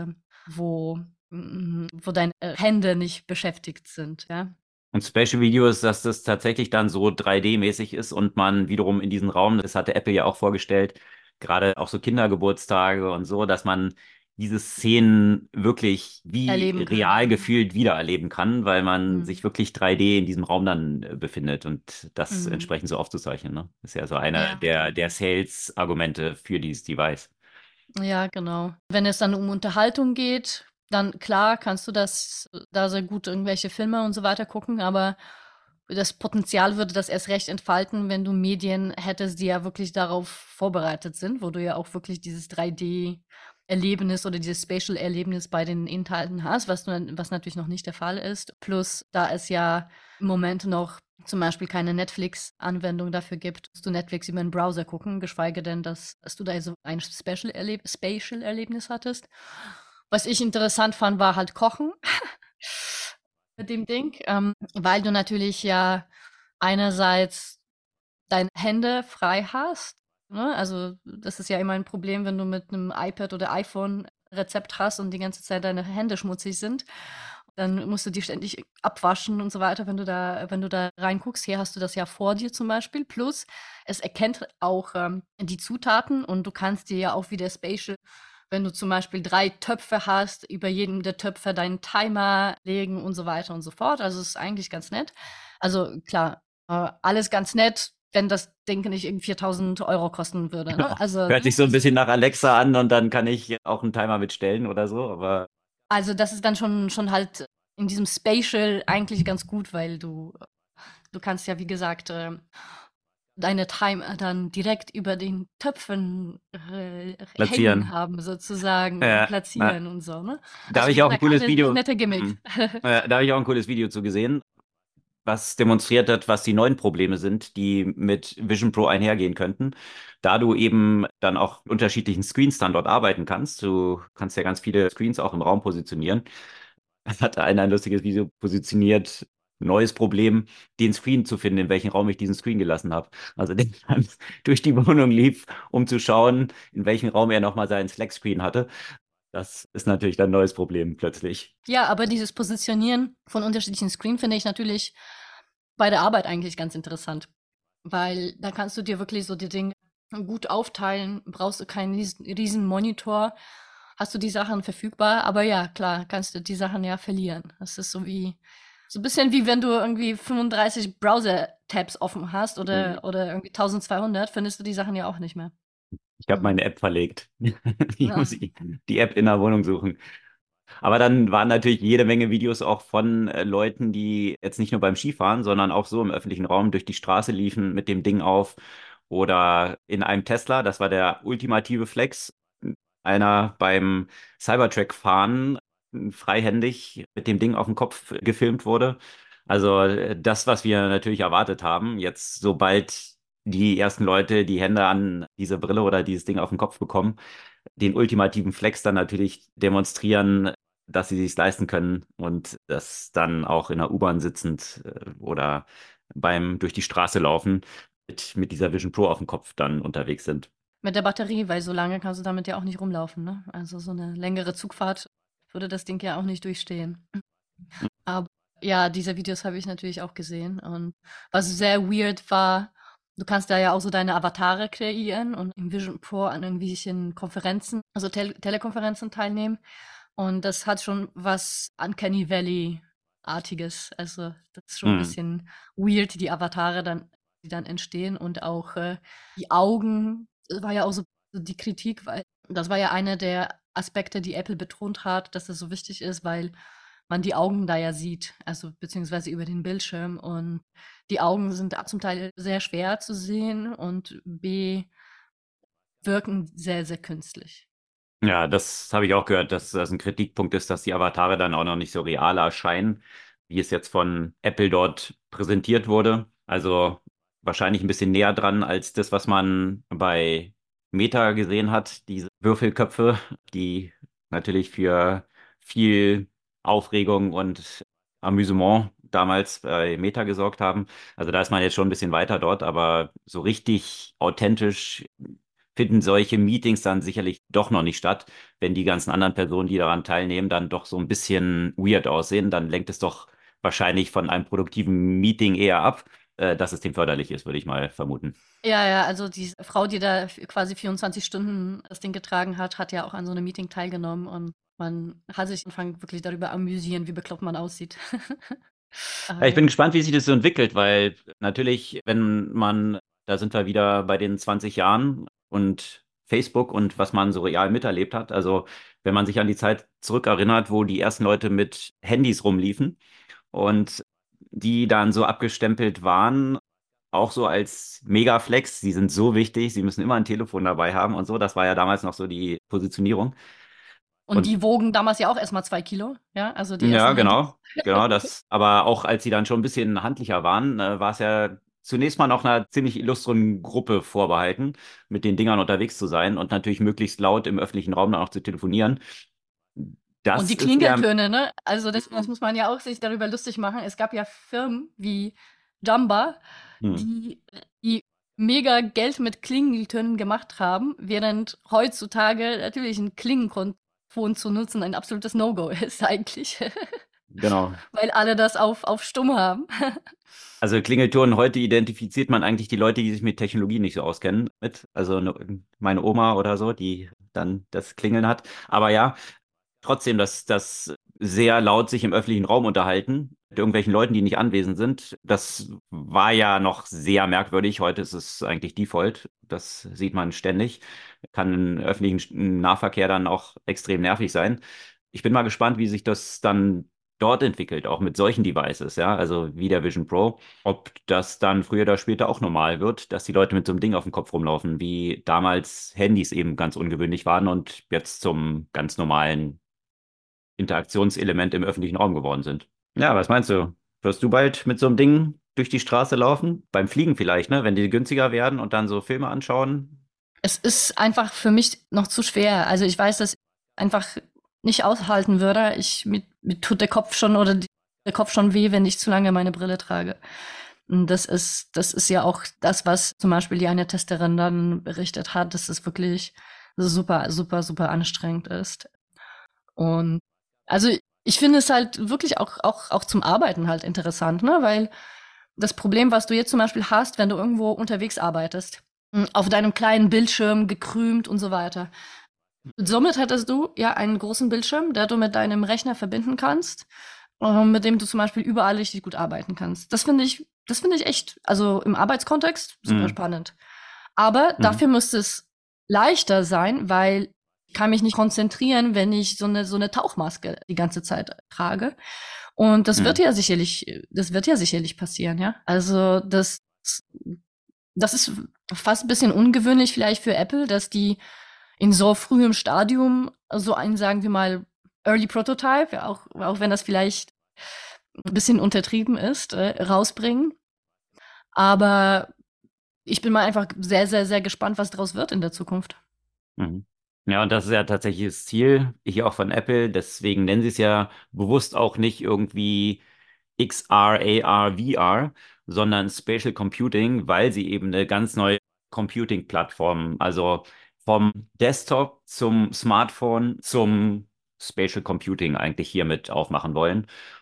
wo deine Hände nicht beschäftigt sind, ja. Und Special Video ist, dass das tatsächlich dann so 3D-mäßig ist und man wiederum in diesen Raum, das hatte Apple ja auch vorgestellt, gerade auch so Kindergeburtstage und so, dass man diese Szenen wirklich wie Erleben kann. real gefühlt wiedererleben kann, weil man Mhm. sich wirklich 3D in diesem Raum dann befindet und das Mhm. entsprechend so aufzuzeichnen, ne? Ist ja so einer Ja. der Sales-Argumente für dieses Device. Ja, genau. Wenn es dann um Unterhaltung geht, dann klar kannst du das da sehr gut irgendwelche Filme und so weiter gucken, aber das Potenzial würde das erst recht entfalten, wenn du Medien hättest, die ja wirklich darauf vorbereitet sind, wo du ja auch wirklich dieses 3D-Erlebnis oder dieses Spatial-Erlebnis bei den Inhalten hast, was natürlich noch nicht der Fall ist. Plus, da es ja im Moment noch zum Beispiel keine Netflix-Anwendung dafür gibt, musst du Netflix über einen Browser gucken, geschweige denn, dass du da so ein Spatial-Erlebnis hattest. Was ich interessant fand, war halt Kochen mit dem Ding, weil du natürlich ja einerseits deine Hände frei hast. Ne? Also das ist ja immer ein Problem, wenn du mit einem iPad oder iPhone Rezept hast und die ganze Zeit deine Hände schmutzig sind. Dann musst du die ständig abwaschen und so weiter, wenn du da reinguckst. Hier hast du das ja vor dir zum Beispiel. Plus, es erkennt auch die Zutaten und du kannst dir ja auch wieder Spatial, wenn du zum Beispiel 3 Töpfe hast, über jedem der Töpfe deinen Timer legen und so weiter und so fort. Also es ist eigentlich ganz nett. Also klar, alles ganz nett, wenn das Ding nicht irgendwie 4.000 € kosten würde. Ne? Genau. Hört sich so ein bisschen nach Alexa an und dann kann ich auch einen Timer mitstellen oder so, aber Also das ist dann schon halt in diesem Spatial eigentlich ganz gut, weil du kannst ja, wie gesagt, deine Timer dann direkt über den Töpfen hängen platzieren. haben, sozusagen, und Ja, platzieren und so, ne? da habe Also wie ich auch ein gesagt, cooles alles Video. nette Gimmicks. Da habe ich auch ein cooles Video zu gesehen, was demonstriert hat, was die neuen Probleme sind, die mit Vision Pro einhergehen könnten. Da du eben dann auch mit unterschiedlichen Screens dann dort arbeiten kannst. Du kannst ja ganz viele Screens auch im Raum positionieren. Es hatte einer ein lustiges Video positioniert. Neues Problem, den Screen zu finden, in welchem Raum ich diesen Screen gelassen habe. Also der dann durch die Wohnung lief, um zu schauen, in welchem Raum er nochmal seinen Slack-Screen hatte. Das ist natürlich dann ein neues Problem plötzlich. Ja, aber dieses Positionieren von unterschiedlichen Screen finde ich natürlich bei der Arbeit eigentlich ganz interessant, weil da kannst du dir wirklich so die Dinge gut aufteilen, brauchst du keinen riesen Monitor, hast du die Sachen verfügbar, aber ja, klar, kannst du die Sachen ja verlieren. Das ist so ein bisschen wie wenn du irgendwie 35 Browser-Tabs offen hast Mhm. oder irgendwie 1200, findest du die Sachen ja auch nicht mehr. Ich habe Mhm. meine App verlegt. Ich muss Ja. die App in der Wohnung suchen. Aber dann waren natürlich jede Menge Videos auch von Leuten, die jetzt nicht nur beim Skifahren, sondern auch so im öffentlichen Raum durch die Straße liefen mit dem Ding auf oder in einem Tesla. Das war der ultimative Flex. Einer beim Cybertrack-Fahren freihändig mit dem Ding auf dem Kopf gefilmt wurde. Also das, was wir natürlich erwartet haben, jetzt sobald die ersten Leute die Hände an diese Brille oder dieses Ding auf den Kopf bekommen, den ultimativen Flex dann natürlich demonstrieren, dass sie sich leisten können und das dann auch in der U-Bahn sitzend oder beim durch die Straße laufen mit dieser Vision Pro auf dem Kopf dann unterwegs sind. Mit der Batterie, weil so lange kannst du damit ja auch nicht rumlaufen, ne? Also so eine längere Zugfahrt würde das Ding ja auch nicht durchstehen. Aber Ja, diese Videos habe ich natürlich auch gesehen. Und was sehr weird war, du kannst da ja auch so deine Avatare kreieren und im Vision Pro an irgendwelchen Konferenzen, also Telekonferenzen teilnehmen. Und das hat schon was Uncanny Valley-artiges. Also das ist schon ein Hm. bisschen weird, die Avatare dann, die dann entstehen und auch die Augen. Das war ja auch so die Kritik, weil das war ja einer der Aspekte, die Apple betont hat, dass das so wichtig ist, weil man die Augen da ja sieht, also beziehungsweise über den Bildschirm. Und die Augen sind A zum Teil sehr schwer zu sehen und B wirken sehr, sehr künstlich. Ja, das habe ich auch gehört, dass das ein Kritikpunkt ist, dass die Avatare dann auch noch nicht so real erscheinen, wie es jetzt von Apple dort präsentiert wurde. Also wahrscheinlich ein bisschen näher dran als das, was man bei Meta gesehen hat, diese Würfelköpfe, die natürlich für viel Aufregung und Amüsement damals bei Meta gesorgt haben. Also da ist man jetzt schon ein bisschen weiter dort, aber so richtig authentisch finden solche Meetings dann sicherlich doch noch nicht statt, wenn die ganzen anderen Personen, die daran teilnehmen, dann doch so ein bisschen weird aussehen, dann lenkt es doch wahrscheinlich von einem produktiven Meeting eher ab, dass es dem förderlich ist, würde ich mal vermuten. Ja, ja, also die Frau, die da quasi 24 Stunden das Ding getragen hat, hat ja auch an so einem Meeting teilgenommen und man hat sich am Anfang wirklich darüber amüsieren, wie bekloppt man aussieht. Ja, ich äh, bin gespannt, wie sich das so entwickelt, weil natürlich, wenn man, da sind wir wieder bei den 20 Jahren und Facebook und was man so real miterlebt hat. Also wenn man sich an die Zeit zurückerinnert, wo die ersten Leute mit Handys rumliefen und die dann so abgestempelt waren, auch so als Megaflex, sie sind so wichtig, sie müssen immer ein Telefon dabei haben und so. Das war ja damals noch so die Positionierung. und Und die wogen damals ja auch erstmal 2 Kilo, ja, also die ja, ersten Handys. genau das. Aber auch als sie dann schon ein bisschen handlicher waren, war es ja zunächst mal noch einer ziemlich illustren Gruppe vorbehalten, mit den Dingern unterwegs zu sein und natürlich möglichst laut im öffentlichen Raum dann auch zu telefonieren. Und Das die ist ja, Klingeltöne, ne? Also das muss man ja auch sich darüber lustig machen. Es gab ja Firmen wie Jamba, hm, die mega Geld mit Klingeltönen gemacht haben, während heutzutage natürlich ein Klingelton zu nutzen ein absolutes No-Go ist eigentlich, genau. weil alle das auf Stumm haben. Also Klingeltönen heute identifiziert man eigentlich die Leute, die sich mit Technologie nicht so auskennen, mit. Also meine Oma oder so, die dann das Klingeln hat. Aber ja, trotzdem, das sehr laut sich im öffentlichen Raum unterhalten mit irgendwelchen Leuten, die nicht anwesend sind, das war ja noch sehr merkwürdig. Heute ist es eigentlich Default. Das sieht man ständig. Kann im öffentlichen Nahverkehr dann auch extrem nervig sein. Ich bin mal gespannt, wie sich das dann dort entwickelt, auch mit solchen Devices, ja, also wie der Vision Pro, ob das dann früher oder später auch normal wird, dass die Leute mit so einem Ding auf dem Kopf rumlaufen, wie damals Handys eben ganz ungewöhnlich waren und jetzt zum ganz normalen Interaktionselement im öffentlichen Raum geworden sind. Ja, was meinst du? Wirst du bald mit so einem Ding durch die Straße laufen? Beim Fliegen vielleicht, ne? Wenn die günstiger werden und dann so Filme anschauen? Es ist einfach für mich noch zu schwer. Also ich weiß, dass ich einfach nicht aushalten würde. Mir tut der Kopf schon oder der Kopf schon weh, wenn ich zu lange meine Brille trage. Und das ist ja auch das, was zum Beispiel die eine Testerin dann berichtet hat, dass es wirklich super, super, super anstrengend ist. Und also ich finde es halt wirklich auch zum Arbeiten halt interessant, ne? Weil das Problem, was du jetzt zum Beispiel hast, wenn du irgendwo unterwegs arbeitest, auf deinem kleinen Bildschirm gekrümt und so weiter. Somit hättest du ja einen großen Bildschirm, der du mit deinem Rechner verbinden kannst, mit dem du zum Beispiel überall richtig gut arbeiten kannst. Das finde ich echt, also im Arbeitskontext super Mhm. spannend. Aber Mhm. dafür müsste es leichter sein, weil ich kann mich nicht konzentrieren, wenn ich so eine Tauchmaske die ganze Zeit trage. Und Mhm. das wird ja sicherlich passieren, ja. Also das ist fast ein bisschen ungewöhnlich vielleicht für Apple, dass die in so frühem Stadium so einen, sagen wir mal, Early Prototype, ja, auch wenn das vielleicht ein bisschen untertrieben ist, rausbringen. Aber ich bin mal einfach sehr, sehr, sehr gespannt, was daraus wird in der Zukunft. Mhm. Ja, und das ist ja tatsächlich das Ziel hier auch von Apple. Deswegen nennen sie es ja bewusst auch nicht irgendwie XR, AR, VR, sondern Spatial Computing, weil sie eben eine ganz neue Computing-Plattform, also vom Desktop zum Smartphone zum Spatial Computing eigentlich hiermit aufmachen wollen.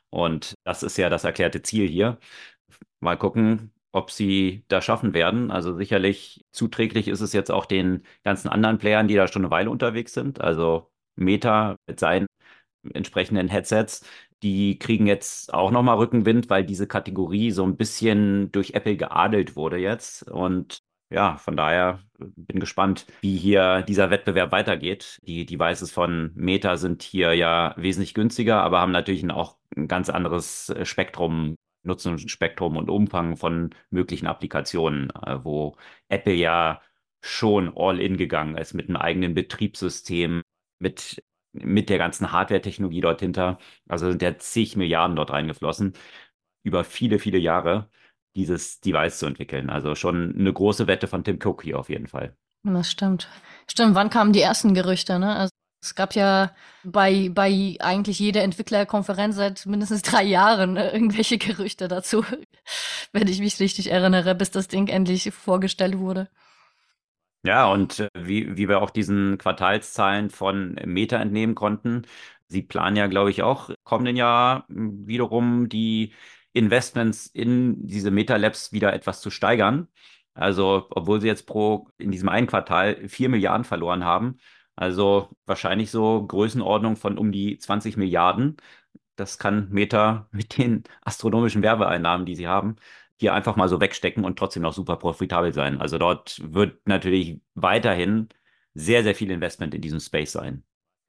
Und das ist ja das erklärte Ziel hier. Mal gucken, ob sie das schaffen werden. Also sicherlich zuträglich ist es jetzt auch den ganzen anderen Playern, die da schon eine Weile unterwegs sind. Also Meta mit seinen entsprechenden Headsets, die kriegen jetzt auch nochmal Rückenwind, weil diese Kategorie so ein bisschen durch Apple geadelt wurde jetzt. Und ja, von daher bin gespannt, wie hier dieser Wettbewerb weitergeht. Die Devices von Meta sind hier ja wesentlich günstiger, aber haben natürlich auch ein ganz anderes Spektrum, Nutzungsspektrum und Umfang von möglichen Applikationen, wo Apple ja schon all in gegangen ist mit einem eigenen Betriebssystem, mit mit der ganzen Hardware-Technologie dort hinter. Also sind ja zig Milliarden dort reingeflossen, über viele, viele Jahre dieses Device zu entwickeln. Also schon eine große Wette von Tim Cook hier auf jeden Fall. Das stimmt. Stimmt, wann kamen die ersten Gerüchte, ne? Also es gab ja bei eigentlich jeder Entwicklerkonferenz seit mindestens 3 Jahren irgendwelche Gerüchte dazu, wenn ich mich richtig erinnere, bis das Ding endlich vorgestellt wurde. Ja, und wie wir auch diesen Quartalszahlen von Meta entnehmen konnten, sie planen ja, glaube ich, auch kommenden Jahr wiederum die Investments in diese Meta Labs wieder etwas zu steigern. Also, obwohl sie jetzt in diesem einen Quartal 4 Milliarden verloren haben, also wahrscheinlich so Größenordnung von um die 20 Milliarden. Das kann Meta mit den astronomischen Werbeeinnahmen, die sie haben, hier einfach mal so wegstecken und trotzdem noch super profitabel sein. Also dort wird natürlich weiterhin sehr, sehr viel Investment in diesem Space sein.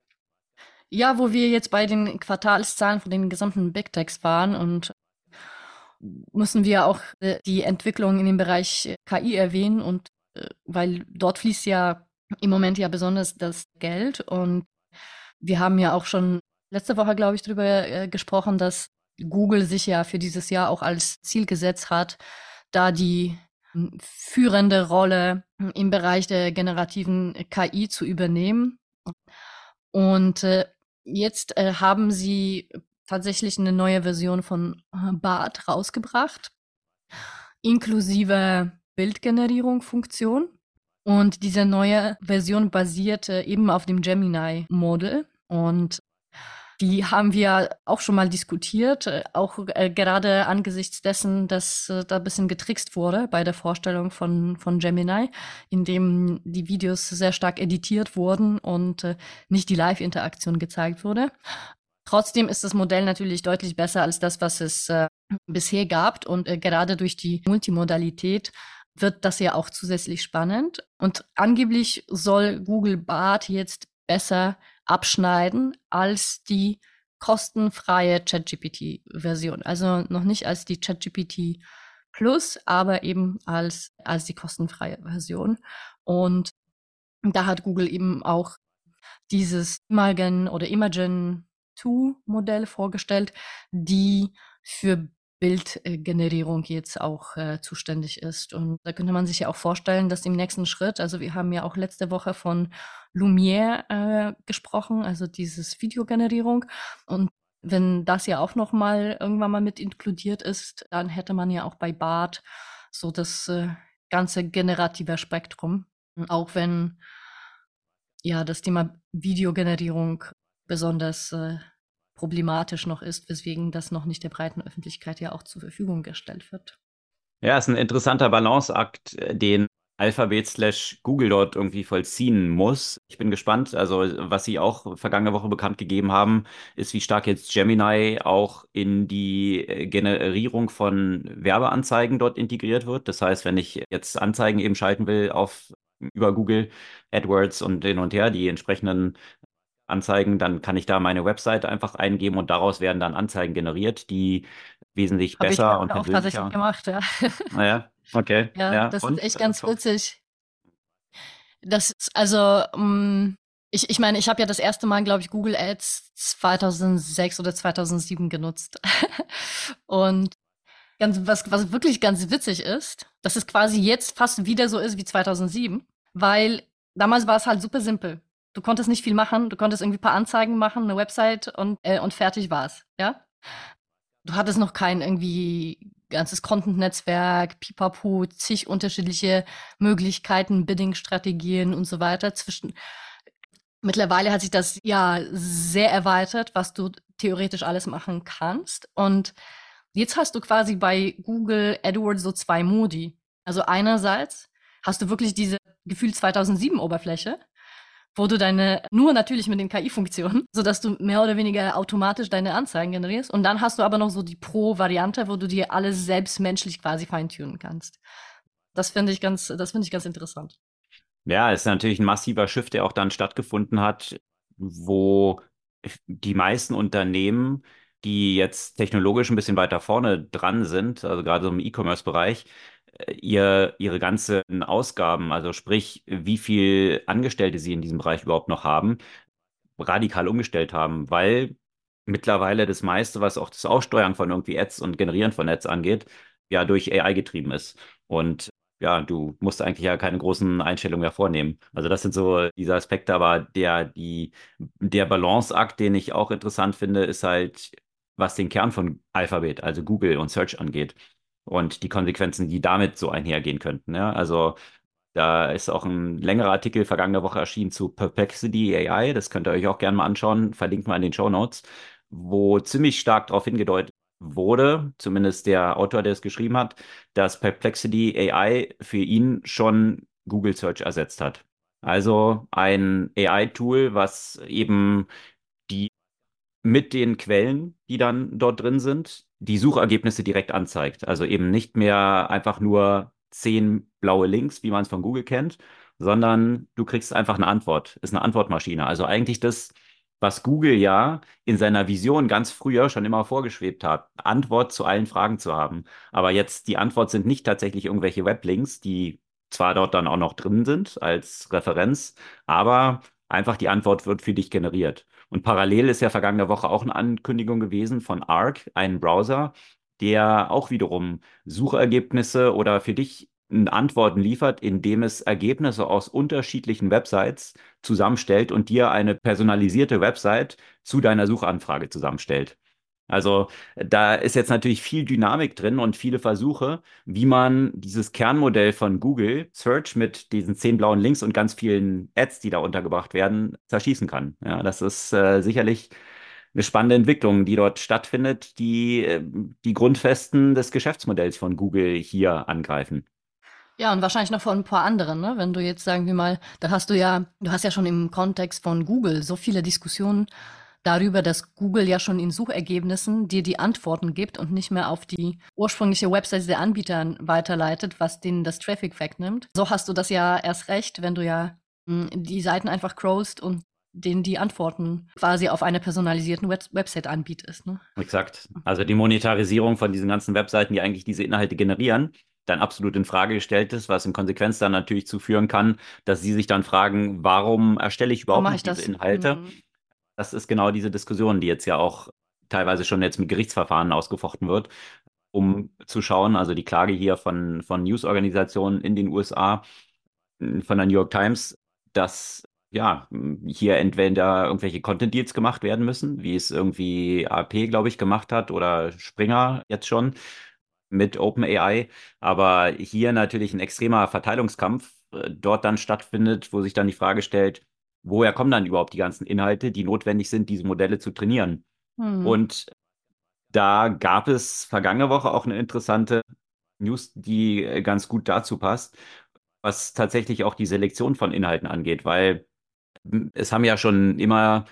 Ja, wo wir jetzt bei den Quartalszahlen von den gesamten Big Techs waren und müssen wir auch die Entwicklung in dem Bereich KI erwähnen und weil dort fließt ja im Moment ja besonders das Geld und wir haben ja auch schon letzte Woche, glaube ich, darüber gesprochen, dass Google sich ja für dieses Jahr auch als Ziel gesetzt hat, da die führende Rolle im Bereich der generativen KI zu übernehmen. Und jetzt haben sie tatsächlich eine neue Version von Bard rausgebracht, inklusive Bildgenerierung-Funktion. Und diese neue Version basiert eben auf dem Gemini-Model. Und die haben wir auch schon mal diskutiert, auch gerade angesichts dessen, dass da ein bisschen getrickst wurde bei der Vorstellung von Gemini, in dem die Videos sehr stark editiert wurden und nicht die Live-Interaktion gezeigt wurde. Trotzdem ist das Modell natürlich deutlich besser als das, was es bisher gab. Und gerade durch die Multimodalität wird das ja auch zusätzlich spannend. Und angeblich soll Google Bard jetzt besser abschneiden als die kostenfreie ChatGPT-Version. Also noch nicht als die ChatGPT Plus, aber eben als die kostenfreie Version. Und da hat Google eben auch dieses Imagen oder Imagen 2 Modell vorgestellt, die für Bildgenerierung jetzt auch zuständig ist. Und da könnte man sich ja auch vorstellen, dass im nächsten Schritt, also wir haben ja auch letzte Woche von Lumiere gesprochen, also dieses Videogenerierung. Und wenn das ja auch noch mal irgendwann mal mit inkludiert ist, dann hätte man ja auch bei Bard so das ganze generative Spektrum. Auch wenn ja das Thema Videogenerierung besonders problematisch noch ist, weswegen das noch nicht der breiten Öffentlichkeit ja auch zur Verfügung gestellt wird. Ja, ist ein interessanter Balanceakt, den Alphabet/Google dort irgendwie vollziehen muss. Ich bin gespannt. Also, was Sie auch vergangene Woche bekannt gegeben haben, ist, wie stark jetzt Gemini auch in die Generierung von Werbeanzeigen dort integriert wird. Das heißt, wenn ich jetzt Anzeigen eben schalten will auf über Google AdWords und hin und her, die entsprechenden Anzeigen, dann kann ich da meine Website einfach eingeben und daraus werden dann Anzeigen generiert, die wesentlich Habe ich besser und gerade auch tatsächlich persönlicher. gemacht, ja. Naja, okay, Ja, ja. das ist Und? echt ganz witzig. Das ist also, ich meine, ich habe ja das erste Mal, glaube ich, Google Ads 2006 oder 2007 genutzt. Und was wirklich ganz witzig ist, dass es quasi jetzt fast wieder so ist wie 2007, weil damals war es halt super simpel. Du konntest nicht viel machen, du konntest irgendwie ein paar Anzeigen machen, eine Website und fertig war's, ja? Du hattest noch kein irgendwie ganzes Content-Netzwerk, Pipapo, zig unterschiedliche Möglichkeiten, Bidding-Strategien und so weiter. Mittlerweile hat sich das ja sehr erweitert, was du theoretisch alles machen kannst. Und jetzt hast du quasi bei Google AdWords so zwei Modi. Also einerseits hast du wirklich diese Gefühl 2007 Oberfläche, wo du nur natürlich mit den KI-Funktionen, sodass du mehr oder weniger automatisch deine Anzeigen generierst. Und dann hast du aber noch so die Pro-Variante, wo du dir alles selbst menschlich quasi feintunen kannst. Das finde ich ganz interessant. Ja, es ist natürlich ein massiver Shift, der auch dann stattgefunden hat, wo die meisten Unternehmen, die jetzt technologisch ein bisschen weiter vorne dran sind, also gerade so im E-Commerce-Bereich, ihre ganzen Ausgaben, also sprich, wie viel Angestellte sie in diesem Bereich überhaupt noch haben, radikal umgestellt haben, weil mittlerweile das meiste, was auch das Aussteuern von irgendwie Ads und Generieren von Ads angeht, ja durch AI getrieben ist. Und ja, du musst eigentlich ja keine großen Einstellungen mehr vornehmen. Also das sind so diese Aspekte, aber der Balanceakt, den ich auch interessant finde, ist halt, was den Kern von Alphabet, also Google und Search angeht und die Konsequenzen, die damit so einhergehen könnten. Ja? Also da ist auch ein längerer Artikel vergangene Woche erschienen zu Perplexity AI. Das könnt ihr euch auch gerne mal anschauen. Verlinkt mal in den Show Notes, wo ziemlich stark darauf hingedeutet wurde, zumindest der Autor, der es geschrieben hat, dass Perplexity AI für ihn schon Google Search ersetzt hat. Also ein AI-Tool, was eben die mit den Quellen, die dann dort drin sind, die Suchergebnisse direkt anzeigt. Also eben nicht mehr einfach nur 10 blaue Links, wie man es von Google kennt, sondern du kriegst einfach eine Antwort. Ist eine Antwortmaschine. Also eigentlich das, was Google ja in seiner Vision ganz früher schon immer vorgeschwebt hat, Antwort zu allen Fragen zu haben. Aber jetzt die Antwort sind nicht tatsächlich irgendwelche Weblinks, die zwar dort dann auch noch drin sind als Referenz, aber einfach die Antwort wird für dich generiert. Und parallel ist ja vergangene Woche auch eine Ankündigung gewesen von Arc, einem Browser, der auch wiederum Suchergebnisse oder für dich Antworten liefert, indem es Ergebnisse aus unterschiedlichen Websites zusammenstellt und dir eine personalisierte Website zu deiner Suchanfrage zusammenstellt. Also da ist jetzt natürlich viel Dynamik drin und viele Versuche, wie man dieses Kernmodell von Google Search mit diesen 10 blauen Links und ganz vielen Ads, die da untergebracht werden, zerschießen kann. Ja, das ist sicherlich eine spannende Entwicklung, die dort stattfindet, die Grundfesten des Geschäftsmodells von Google hier angreifen. Ja, und wahrscheinlich noch von ein paar anderen, ne? Wenn du jetzt, sagen wir mal, du hast ja schon im Kontext von Google so viele Diskussionen darüber, dass Google ja schon in Suchergebnissen dir die Antworten gibt und nicht mehr auf die ursprüngliche Website der Anbieter weiterleitet, was denen das Traffic wegnimmt. So hast du das ja erst recht, wenn du ja die Seiten einfach crawlst und denen die Antworten quasi auf einer personalisierten Website anbietest, ne? Exakt. Also die Monetarisierung von diesen ganzen Webseiten, die eigentlich diese Inhalte generieren, dann absolut in Frage gestellt ist, was in Konsequenz dann natürlich zu führen kann, dass sie sich dann fragen, warum erstelle ich Warum überhaupt mache noch ich diese das? Inhalte? Das ist genau diese Diskussion, die jetzt ja auch teilweise schon jetzt mit Gerichtsverfahren ausgefochten wird, um zu schauen, also die Klage hier von Newsorganisationen in den USA, von der New York Times, dass ja hier entweder irgendwelche Content Deals gemacht werden müssen, wie es irgendwie AP, glaube ich, gemacht hat oder Springer jetzt schon mit OpenAI, aber hier natürlich ein extremer Verteilungskampf dort dann stattfindet, wo sich dann die Frage stellt, woher kommen dann überhaupt die ganzen Inhalte, die notwendig sind, diese Modelle zu trainieren? Mhm. Und da gab es vergangene Woche auch eine interessante News, die ganz gut dazu passt, was tatsächlich auch die Selektion von Inhalten angeht, weil es haben ja schon immer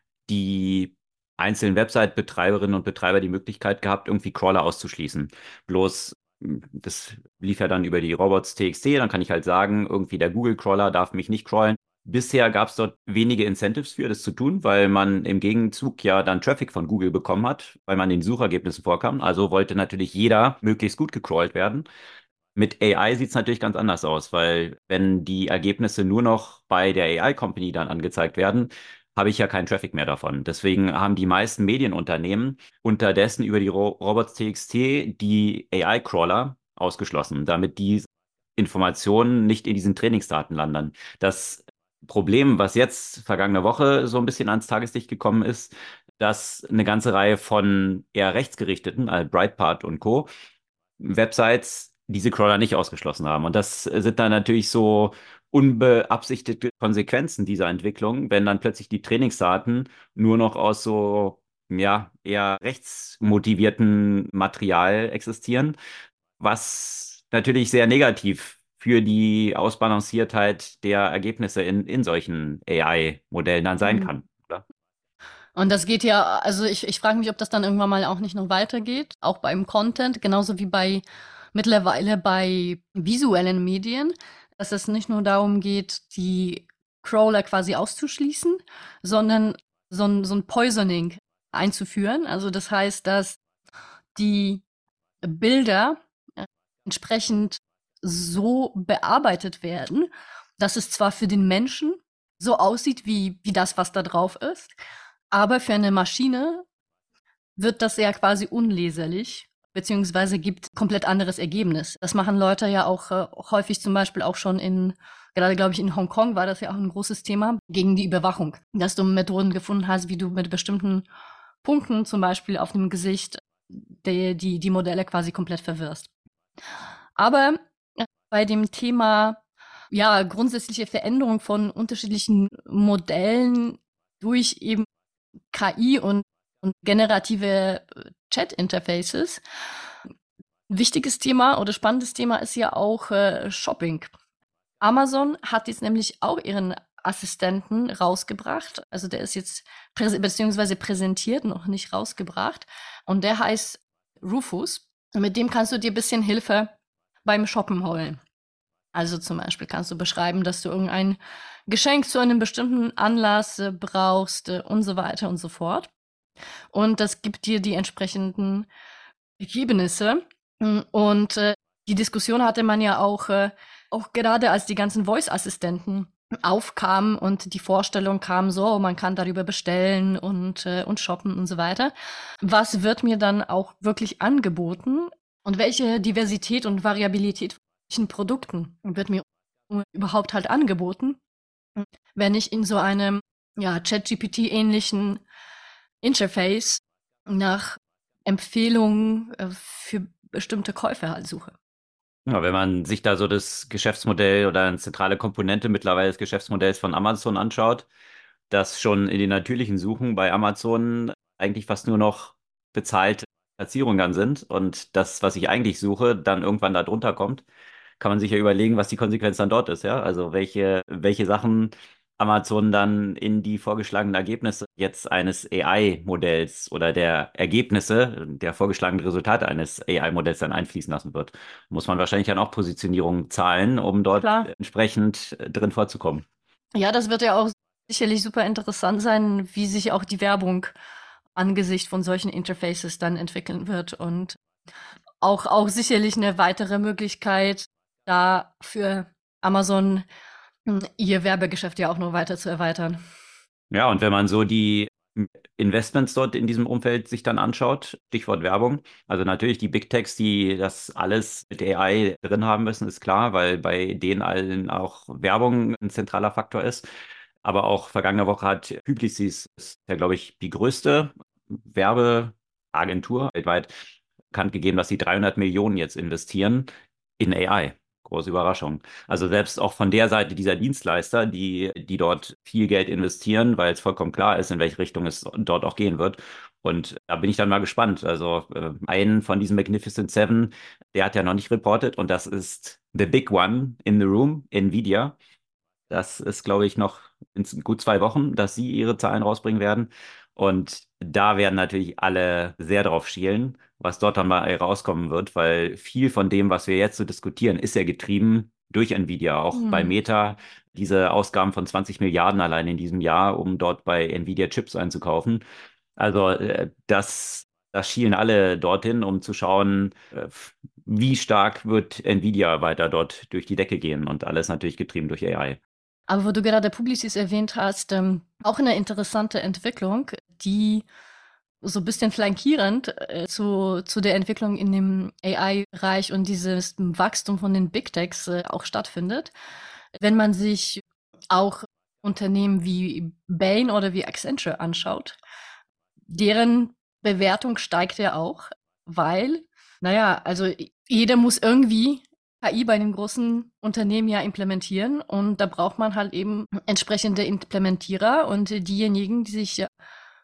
die einzelnen Website-Betreiberinnen und Betreiber die Möglichkeit gehabt, irgendwie Crawler auszuschließen. Bloß, das lief ja dann über die Robots.txt, dann kann ich halt sagen, irgendwie der Google-Crawler darf mich nicht crawlen. Bisher gab es dort wenige Incentives für, das zu tun, weil man im Gegenzug ja dann Traffic von Google bekommen hat, weil man in den Suchergebnissen vorkam. Also wollte natürlich jeder möglichst gut gecrawlt werden. Mit AI sieht es natürlich ganz anders aus, weil wenn die Ergebnisse nur noch bei der AI-Company dann angezeigt werden, habe ich ja keinen Traffic mehr davon. Deswegen haben die meisten Medienunternehmen unterdessen über die Robots.txt die AI-Crawler ausgeschlossen, damit die Informationen nicht in diesen Trainingsdaten landen. Das Problem, was jetzt vergangene Woche so ein bisschen ans Tageslicht gekommen ist, dass eine ganze Reihe von eher rechtsgerichteten, also Breitbart und Co., Websites diese Crawler nicht ausgeschlossen haben. Und das sind dann natürlich so unbeabsichtigte Konsequenzen dieser Entwicklung, wenn dann plötzlich die Trainingsdaten nur noch aus so ja, eher rechtsmotivierten Material existieren, was natürlich sehr negativ für die Ausbalanciertheit der Ergebnisse in solchen AI-Modellen dann sein Mhm. kann, oder? Und das geht ja, also ich frage mich, ob das dann irgendwann mal auch nicht noch weitergeht, auch beim Content, genauso wie mittlerweile bei visuellen Medien, dass es nicht nur darum geht, die Crawler quasi auszuschließen, sondern so ein Poisoning einzuführen. Also das heißt, dass die Bilder entsprechend so bearbeitet werden, dass es zwar für den Menschen so aussieht wie das, was da drauf ist, aber für eine Maschine wird das ja quasi unleserlich, beziehungsweise gibt komplett anderes Ergebnis. Das machen Leute ja auch häufig zum Beispiel auch schon gerade glaube ich in Hongkong war das ja auch ein großes Thema, gegen die Überwachung. Dass du Methoden gefunden hast, wie du mit bestimmten Punkten zum Beispiel auf dem Gesicht die Modelle quasi komplett verwirrst. Aber bei dem Thema, ja, grundsätzliche Veränderung von unterschiedlichen Modellen durch eben KI und generative Chat-Interfaces. Ein wichtiges Thema oder spannendes Thema ist ja auch Shopping. Amazon hat jetzt nämlich auch ihren Assistenten rausgebracht. Also der ist jetzt beziehungsweise präsentiert, noch nicht rausgebracht. Und der heißt Rufus. Und mit dem kannst du dir ein bisschen Hilfe beim Shoppen holen. Also zum Beispiel kannst du beschreiben, dass du irgendein Geschenk zu einem bestimmten Anlass brauchst und so weiter und so fort. Und das gibt dir die entsprechenden Ergebnisse. Und die Diskussion hatte man ja auch gerade als die ganzen Voice-Assistenten aufkamen und die Vorstellung kam so, man kann darüber bestellen und shoppen und so weiter. Was wird mir dann auch wirklich angeboten und welche Diversität und Variabilität von welchen Produkten wird mir überhaupt halt angeboten, wenn ich in so einem ja, ChatGPT-ähnlichen Interface nach Empfehlungen für bestimmte Käufe halt suche. Ja, wenn man sich da so das Geschäftsmodell oder eine zentrale Komponente mittlerweile des Geschäftsmodells von Amazon anschaut, dass schon in den natürlichen Suchen bei Amazon eigentlich fast nur noch bezahlte Platzierungen dann sind und das, was ich eigentlich suche, dann irgendwann da drunter kommt, kann man sich ja überlegen, was die Konsequenz dann dort ist, ja? Also welche Sachen Amazon dann in die vorgeschlagenen Ergebnisse jetzt eines AI-Modells oder der Ergebnisse, der vorgeschlagenen Resultate eines AI-Modells dann einfließen lassen wird. Muss man wahrscheinlich dann auch Positionierung zahlen, um dort Klar. entsprechend drin vorzukommen. Ja, das wird ja auch sicherlich super interessant sein, wie sich auch die Werbung angesichts von solchen Interfaces dann entwickeln wird und auch sicherlich eine weitere Möglichkeit, da für Amazon ihr Werbegeschäft ja auch noch weiter zu erweitern. Ja, und wenn man so die Investments dort in diesem Umfeld sich dann anschaut, Stichwort Werbung, also natürlich die Big Techs, die das alles mit AI drin haben müssen, ist klar, weil bei denen allen auch Werbung ein zentraler Faktor ist. Aber auch vergangene Woche hat Publicis, ist ja, glaube ich, die größte Werbeagentur weltweit, bekannt gegeben, dass sie 300 Millionen jetzt investieren in AI. Große Überraschung. Also selbst auch von der Seite dieser Dienstleister, die dort viel Geld investieren, weil es vollkommen klar ist, in welche Richtung es dort auch gehen wird. Und da bin ich dann mal gespannt. Also einen von diesen Magnificent Seven, der hat ja noch nicht reportet und das ist the big one in the room, Nvidia. Das ist, glaube ich, noch in gut 2 Wochen, dass sie ihre Zahlen rausbringen werden. Und da werden natürlich alle sehr drauf schielen, was dort dann mal rauskommen wird, weil viel von dem, was wir jetzt so diskutieren, ist ja getrieben durch Nvidia. Auch bei Hm. Meta diese Ausgaben von 20 Milliarden allein in diesem Jahr, um dort bei Nvidia Chips einzukaufen. Also das schielen alle dorthin, um zu schauen, wie stark wird Nvidia weiter dort durch die Decke gehen und alles natürlich getrieben durch AI. Aber wo du gerade Publicis erwähnt hast, auch eine interessante Entwicklung, die so ein bisschen flankierend zu der Entwicklung in dem AI-Bereich und dieses Wachstum von den Big Techs auch stattfindet. Wenn man sich auch Unternehmen wie Bain oder wie Accenture anschaut, deren Bewertung steigt ja auch, weil, naja, also jeder muss irgendwie KI bei einem großen Unternehmen ja implementieren und da braucht man halt eben entsprechende Implementierer und diejenigen, die sich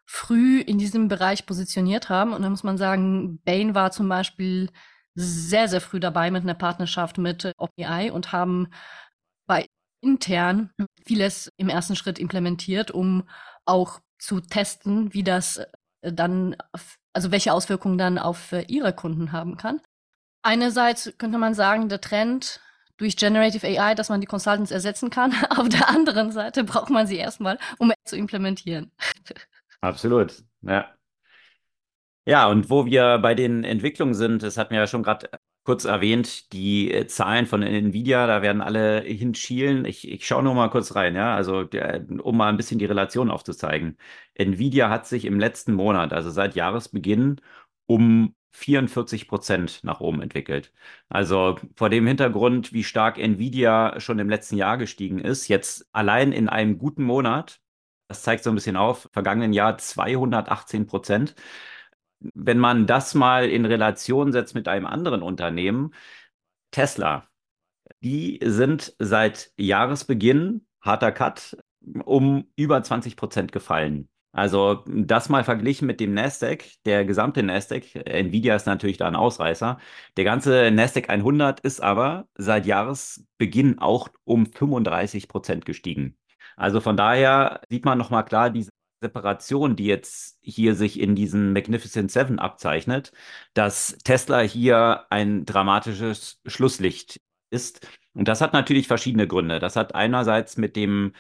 früh in diesem Bereich positioniert haben. Und da muss man sagen, Bain war zum Beispiel sehr, sehr früh dabei mit einer Partnerschaft mit OpenAI und haben bei intern vieles im ersten Schritt implementiert, um auch zu testen, wie das dann, also welche Auswirkungen dann auf ihre Kunden haben kann. Einerseits könnte man sagen, der Trend durch Generative AI, dass man die Consultants ersetzen kann. Auf der anderen Seite braucht man sie erstmal, um es zu implementieren. Absolut. Ja. Ja, und wo wir bei den Entwicklungen sind, das hatten wir ja schon gerade kurz erwähnt, die Zahlen von Nvidia, da werden alle hinschielen. Ich schaue nur mal kurz rein, ja, also um mal ein bisschen die Relation aufzuzeigen. Nvidia hat sich im letzten Monat, also seit Jahresbeginn, um 44% nach oben entwickelt. Also vor dem Hintergrund, wie stark Nvidia schon im letzten Jahr gestiegen ist, jetzt allein in einem guten Monat, das zeigt so ein bisschen auf, vergangenen Jahr 218%. Wenn man das mal in Relation setzt mit einem anderen Unternehmen, Tesla, die sind seit Jahresbeginn, harter Cut, um über 20% gefallen. Also das mal verglichen mit dem Nasdaq, der gesamte Nasdaq, Nvidia ist natürlich da ein Ausreißer. Der ganze Nasdaq 100 ist aber seit Jahresbeginn auch um 35% gestiegen. Also von daher sieht man nochmal klar diese Separation, die jetzt hier sich in diesen Magnificent Seven abzeichnet, dass Tesla hier ein dramatisches Schlusslicht ist. Und das hat natürlich verschiedene Gründe. Das hat einerseits mit dem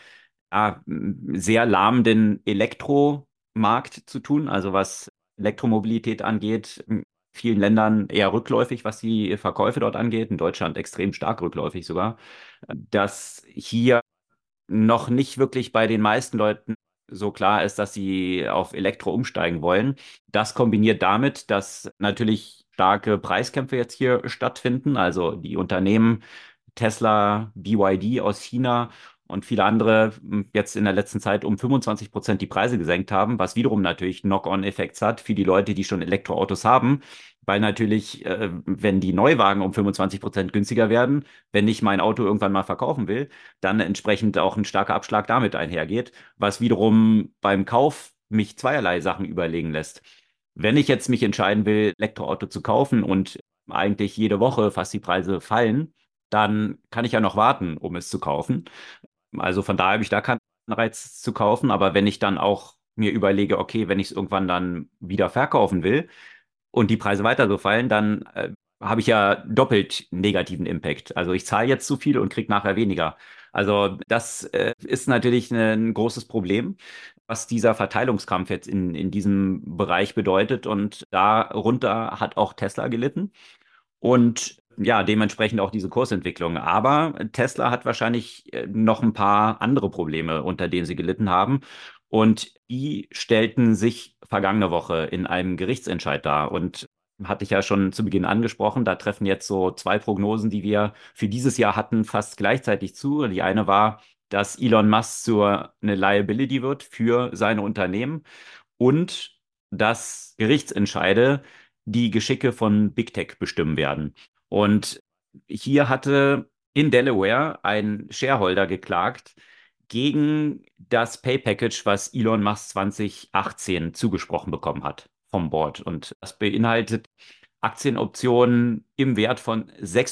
sehr lahmenden Elektromarkt zu tun, also was Elektromobilität angeht. In vielen Ländern eher rückläufig, was die Verkäufe dort angeht. In Deutschland extrem stark rückläufig sogar. Dass hier noch nicht wirklich bei den meisten Leuten so klar ist, dass sie auf Elektro umsteigen wollen. Das kombiniert damit, dass natürlich starke Preiskämpfe jetzt hier stattfinden. Also die Unternehmen Tesla, BYD aus China und viele andere jetzt in der letzten Zeit um 25% die Preise gesenkt haben, was wiederum natürlich Knock-on-Effekte hat für die Leute, die schon Elektroautos haben, weil natürlich, wenn die Neuwagen um 25% günstiger werden, wenn ich mein Auto irgendwann mal verkaufen will, dann entsprechend auch ein starker Abschlag damit einhergeht, was wiederum beim Kauf mich zweierlei Sachen überlegen lässt. Wenn ich jetzt mich entscheiden will, Elektroauto zu kaufen und eigentlich jede Woche fast die Preise fallen, dann kann ich ja noch warten, um es zu kaufen. Also von daher habe ich da keinen Reiz zu kaufen. Aber wenn ich dann auch mir überlege, okay, wenn ich es irgendwann dann wieder verkaufen will und die Preise weiter so fallen, dann habe ich ja doppelt negativen Impact. Also ich zahle jetzt zu viel und kriege nachher weniger. Also das ist natürlich ein großes Problem, was dieser Verteilungskampf jetzt in diesem Bereich bedeutet. Und darunter hat auch Tesla gelitten. Und ja, dementsprechend auch diese Kursentwicklung. Aber Tesla hat wahrscheinlich noch ein paar andere Probleme, unter denen sie gelitten haben. Und die stellten sich vergangene Woche in einem Gerichtsentscheid dar. Und hatte ich ja schon zu Beginn angesprochen, da treffen jetzt so zwei Prognosen, die wir für dieses Jahr hatten, fast gleichzeitig zu. Die eine war, dass Elon Musk eine Liability wird für seine Unternehmen und dass Gerichtsentscheide die Geschicke von Big Tech bestimmen werden. Und hier hatte in Delaware ein Shareholder geklagt gegen das Pay Package, was Elon Musk 2018 zugesprochen bekommen hat vom Board. Und das beinhaltet Aktienoptionen im Wert von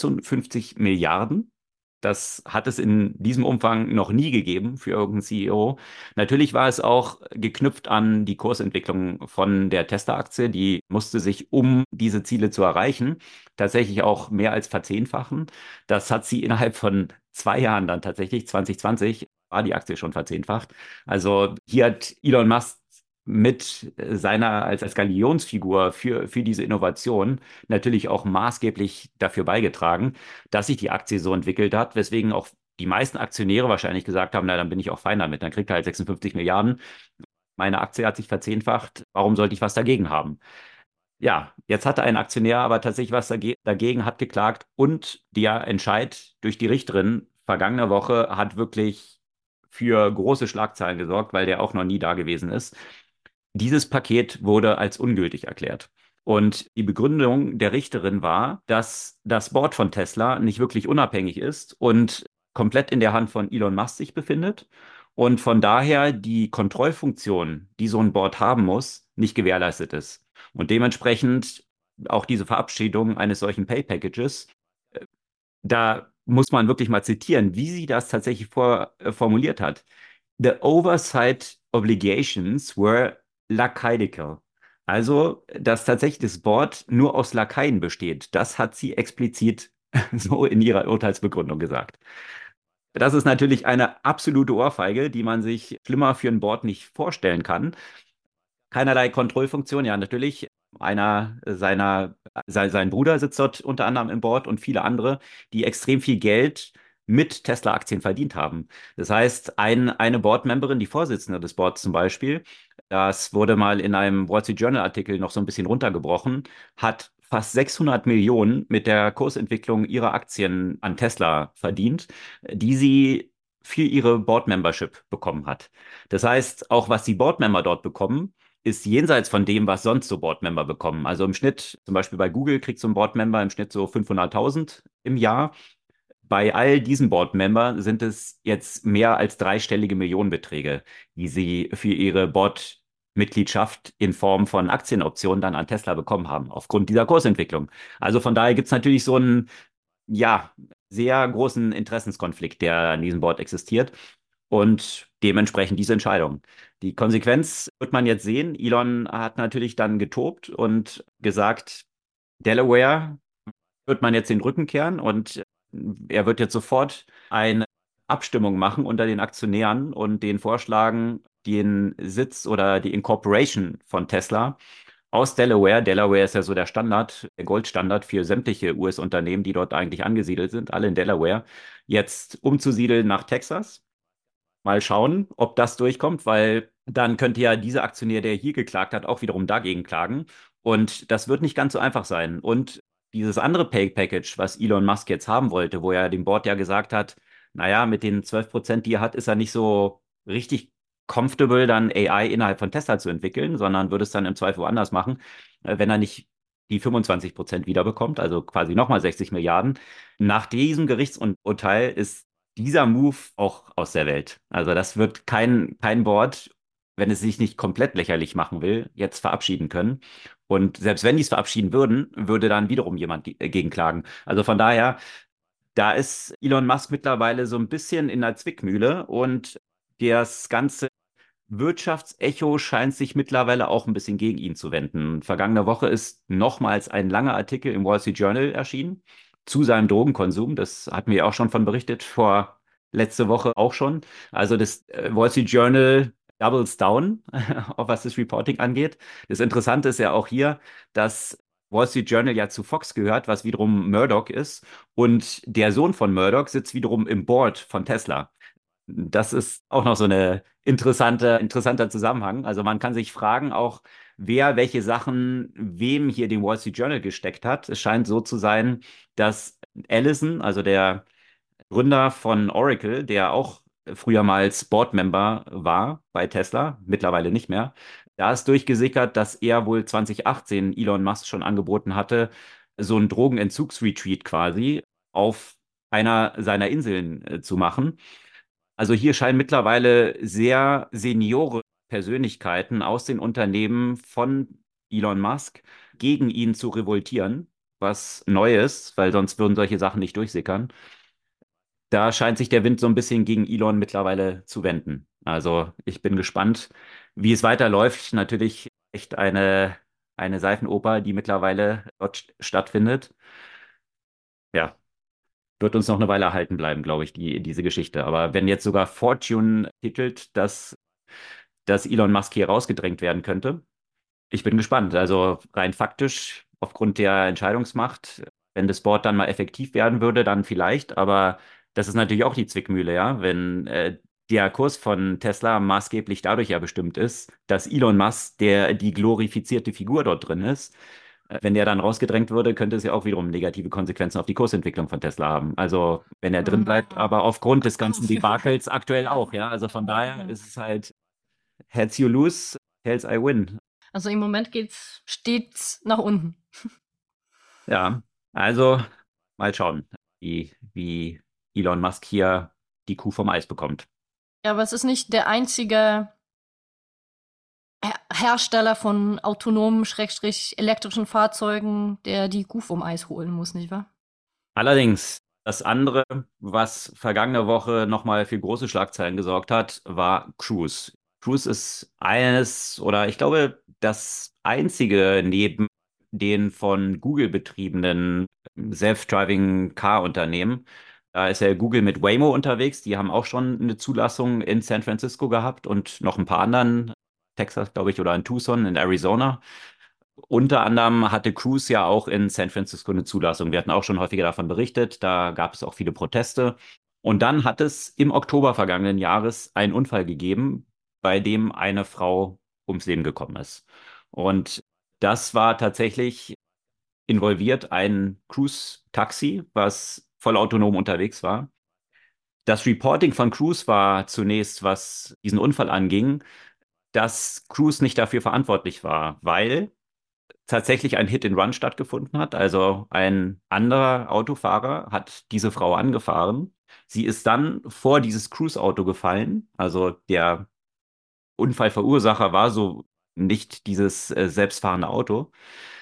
56 Milliarden. Das hat es in diesem Umfang noch nie gegeben für irgendeinen CEO. Natürlich war es auch geknüpft an die Kursentwicklung von der Tesla-Aktie. Die musste sich, um diese Ziele zu erreichen, tatsächlich auch mehr als verzehnfachen. Das hat sie innerhalb von 2 Jahren dann tatsächlich, 2020, war die Aktie schon verzehnfacht. Also hier hat Elon Musk mit seiner als Galionsfigur für diese Innovation natürlich auch maßgeblich dafür beigetragen, dass sich die Aktie so entwickelt hat, weswegen auch die meisten Aktionäre wahrscheinlich gesagt haben, na, dann bin ich auch fein damit, dann kriegt er halt 56 Milliarden. Meine Aktie hat sich verzehnfacht, warum sollte ich was dagegen haben? Ja, jetzt hatte ein Aktionär aber tatsächlich was dagegen, hat geklagt und der Entscheid durch die Richterin vergangene Woche hat wirklich für große Schlagzeilen gesorgt, weil der auch noch nie da gewesen ist. Dieses Paket wurde als ungültig erklärt. Und die Begründung der Richterin war, dass das Board von Tesla nicht wirklich unabhängig ist und komplett in der Hand von Elon Musk sich befindet und von daher die Kontrollfunktion, die so ein Board haben muss, nicht gewährleistet ist. Und dementsprechend auch diese Verabschiedung eines solchen Pay-Packages, da muss man wirklich mal zitieren, wie sie das tatsächlich formuliert hat. The oversight obligations were lacaidical. Also, dass tatsächlich das Board nur aus Lakaien besteht. Das hat sie explizit so in ihrer Urteilsbegründung gesagt. Das ist natürlich eine absolute Ohrfeige, die man sich schlimmer für ein Board nicht vorstellen kann. Keinerlei Kontrollfunktion, ja, natürlich. Sein Bruder sitzt dort unter anderem im Board und viele andere, die extrem viel Geld mit Tesla-Aktien verdient haben. Das heißt, eine Board-Memberin, die Vorsitzende des Boards zum Beispiel, das wurde mal in einem Wall Street Journal-Artikel noch so ein bisschen runtergebrochen, hat fast 600 Millionen mit der Kursentwicklung ihrer Aktien an Tesla verdient, die sie für ihre Board-Membership bekommen hat. Das heißt, auch was die Board-Member dort bekommen, ist jenseits von dem, was sonst so Boardmember bekommen. Also im Schnitt, zum Beispiel bei Google, kriegt so ein Boardmember im Schnitt so 500.000 im Jahr. Bei all diesen Boardmember sind es jetzt mehr als dreistellige Millionenbeträge, die sie für ihre Board-Mitgliedschaft in Form von Aktienoptionen dann an Tesla bekommen haben, aufgrund dieser Kursentwicklung. Also von daher gibt es natürlich so einen, ja, sehr großen Interessenskonflikt, der an diesem Board existiert und dementsprechend diese Entscheidung. Die Konsequenz wird man jetzt sehen. Elon hat natürlich dann getobt und gesagt, Delaware wird man jetzt den Rücken kehren und er wird jetzt sofort eine Abstimmung machen unter den Aktionären und denen vorschlagen, den Sitz oder die Incorporation von Tesla aus Delaware. Delaware ist ja so der Standard, der Goldstandard für sämtliche US-Unternehmen, die dort eigentlich angesiedelt sind, alle in Delaware, jetzt umzusiedeln nach Texas. Mal schauen, ob das durchkommt, weil dann könnte ja dieser Aktionär, der hier geklagt hat, auch wiederum dagegen klagen. Und das wird nicht ganz so einfach sein. Und dieses andere Pay-Package, was Elon Musk jetzt haben wollte, wo er dem Board ja gesagt hat, naja, mit den 12%, die er hat, ist er nicht so richtig comfortable, dann AI innerhalb von Tesla zu entwickeln, sondern würde es dann im Zweifel woanders machen, wenn er nicht die 25% wiederbekommt, also quasi nochmal 60 Milliarden. Nach diesem Gerichtsurteil ist dieser Move auch aus der Welt. Also das wird kein Board, wenn es sich nicht komplett lächerlich machen will, jetzt verabschieden können. Und selbst wenn die es verabschieden würden, würde dann wiederum jemand gegen klagen. Also von daher, da ist Elon Musk mittlerweile so ein bisschen in der Zwickmühle und das ganze Wirtschaftsecho scheint sich mittlerweile auch ein bisschen gegen ihn zu wenden. Vergangene Woche ist nochmals ein langer Artikel im Wall Street Journal erschienen zu seinem Drogenkonsum. Das hatten wir ja auch schon von berichtet, vor letzte Woche auch schon. Also das Wall Street Journal doubles down, auch was das Reporting angeht. Das Interessante ist ja auch hier, dass Wall Street Journal ja zu Fox gehört, was wiederum Murdoch ist. Und der Sohn von Murdoch sitzt wiederum im Board von Tesla. Das ist auch noch so eine interessanter Zusammenhang. Also man kann sich fragen auch, wer welche Sachen wem hier den Wall Street Journal gesteckt hat. Es scheint so zu sein, dass Ellison, also der Gründer von Oracle, der auch früher mal Board-Member war bei Tesla, mittlerweile nicht mehr, da ist durchgesickert, dass er wohl 2018 Elon Musk schon angeboten hatte, so einen Drogenentzugsretreat quasi auf einer seiner Inseln zu machen. Also hier scheinen mittlerweile sehr seniore Persönlichkeiten aus den Unternehmen von Elon Musk gegen ihn zu revoltieren, was neu ist, weil sonst würden solche Sachen nicht durchsickern. Da scheint sich der Wind so ein bisschen gegen Elon mittlerweile zu wenden. Also ich bin gespannt, wie es weiterläuft. Natürlich echt eine Seifenoper, die mittlerweile dort stattfindet. Ja, wird uns noch eine Weile erhalten bleiben, glaube ich, diese Geschichte. Aber wenn jetzt sogar Fortune titelt, dass Elon Musk hier rausgedrängt werden könnte, ich bin gespannt. Also rein faktisch, aufgrund der Entscheidungsmacht, wenn das Board dann mal effektiv werden würde, dann vielleicht. Aber das ist natürlich auch die Zwickmühle, ja. Wenn der Kurs von Tesla maßgeblich dadurch ja bestimmt ist, dass Elon Musk die glorifizierte Figur dort drin ist. Wenn der dann rausgedrängt würde, könnte es ja auch wiederum negative Konsequenzen auf die Kursentwicklung von Tesla haben. Also wenn er drin Mhm. bleibt, aber aufgrund des ganzen Debakels aktuell auch, ja. Also von daher ist es halt Heads you lose, Tails I win. Also im Moment stets nach unten. Ja, also mal schauen, wie Elon Musk hier die Kuh vom Eis bekommt. Ja, aber es ist nicht der einzige Hersteller von autonomen, schrägstrich elektrischen Fahrzeugen, der die Kuh vom Eis holen muss, nicht wahr? Allerdings, das andere, was vergangene Woche nochmal für große Schlagzeilen gesorgt hat, war Cruise. Cruise ist eines oder ich glaube das einzige neben den von Google betriebenen Self-Driving Car-Unternehmen. Da ist ja Google mit Waymo unterwegs. Die haben auch schon eine Zulassung in San Francisco gehabt und noch ein paar anderen, Texas, glaube ich, oder in Tucson, in Arizona. Unter anderem hatte Cruise ja auch in San Francisco eine Zulassung. Wir hatten auch schon häufiger davon berichtet. Da gab es auch viele Proteste. Und dann hat es im Oktober vergangenen Jahres einen Unfall gegeben, bei dem eine Frau ums Leben gekommen ist. Und das war tatsächlich involviert ein Cruise-Taxi, was vollautonom unterwegs war. Das Reporting von Cruise war zunächst, was diesen Unfall anging, dass Cruise nicht dafür verantwortlich war, weil tatsächlich ein Hit-and-Run stattgefunden hat. Also ein anderer Autofahrer hat diese Frau angefahren. Sie ist dann vor dieses Cruise-Auto gefallen. Also der Unfallverursacher war so nicht dieses selbstfahrende Auto.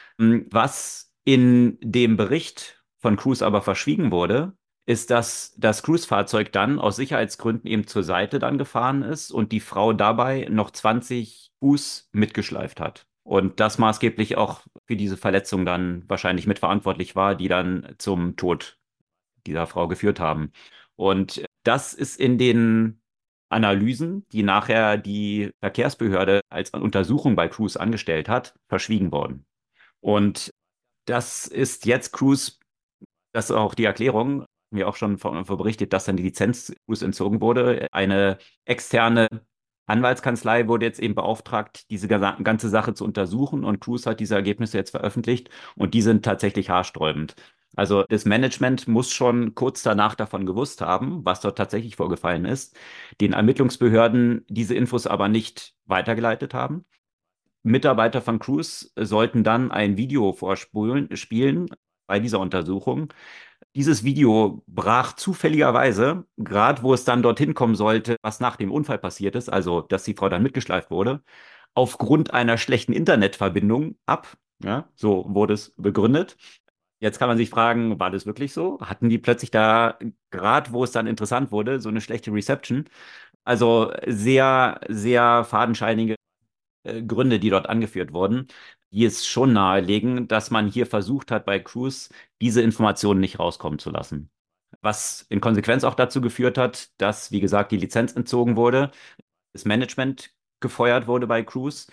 Was in dem Bericht von Cruise aber verschwiegen wurde, ist, dass das Cruise-Fahrzeug dann aus Sicherheitsgründen eben zur Seite dann gefahren ist und die Frau dabei noch 20 Fuß mitgeschleift hat. Und das maßgeblich auch für diese Verletzung dann wahrscheinlich mitverantwortlich war, die dann zum Tod dieser Frau geführt haben. Und das ist in den Analysen, die nachher die Verkehrsbehörde als Untersuchung bei Cruise angestellt hat, verschwiegen worden. Und das ist jetzt Cruise, das ist auch die Erklärung, mir auch schon berichtet, dass dann die Lizenz Cruise entzogen wurde. Eine externe Anwaltskanzlei wurde jetzt eben beauftragt, diese ganze Sache zu untersuchen und Cruise hat diese Ergebnisse jetzt veröffentlicht und die sind tatsächlich haarsträubend. Also das Management muss schon kurz danach davon gewusst haben, was dort tatsächlich vorgefallen ist, den Ermittlungsbehörden diese Infos aber nicht weitergeleitet haben. Mitarbeiter von Cruise sollten dann ein Video spielen bei dieser Untersuchung. Dieses Video brach zufälligerweise, gerade wo es dann dorthin kommen sollte, was nach dem Unfall passiert ist, also dass die Frau dann mitgeschleift wurde, aufgrund einer schlechten Internetverbindung ab. Ja, so wurde es begründet. Jetzt kann man sich fragen, war das wirklich so? Hatten die plötzlich da, gerade wo es dann interessant wurde, so eine schlechte Reception? Also sehr, sehr fadenscheinige Gründe, die dort angeführt wurden, die es schon nahelegen, dass man hier versucht hat, bei Cruise diese Informationen nicht rauskommen zu lassen. Was in Konsequenz auch dazu geführt hat, dass, wie gesagt, die Lizenz entzogen wurde, das Management gefeuert wurde bei Cruise,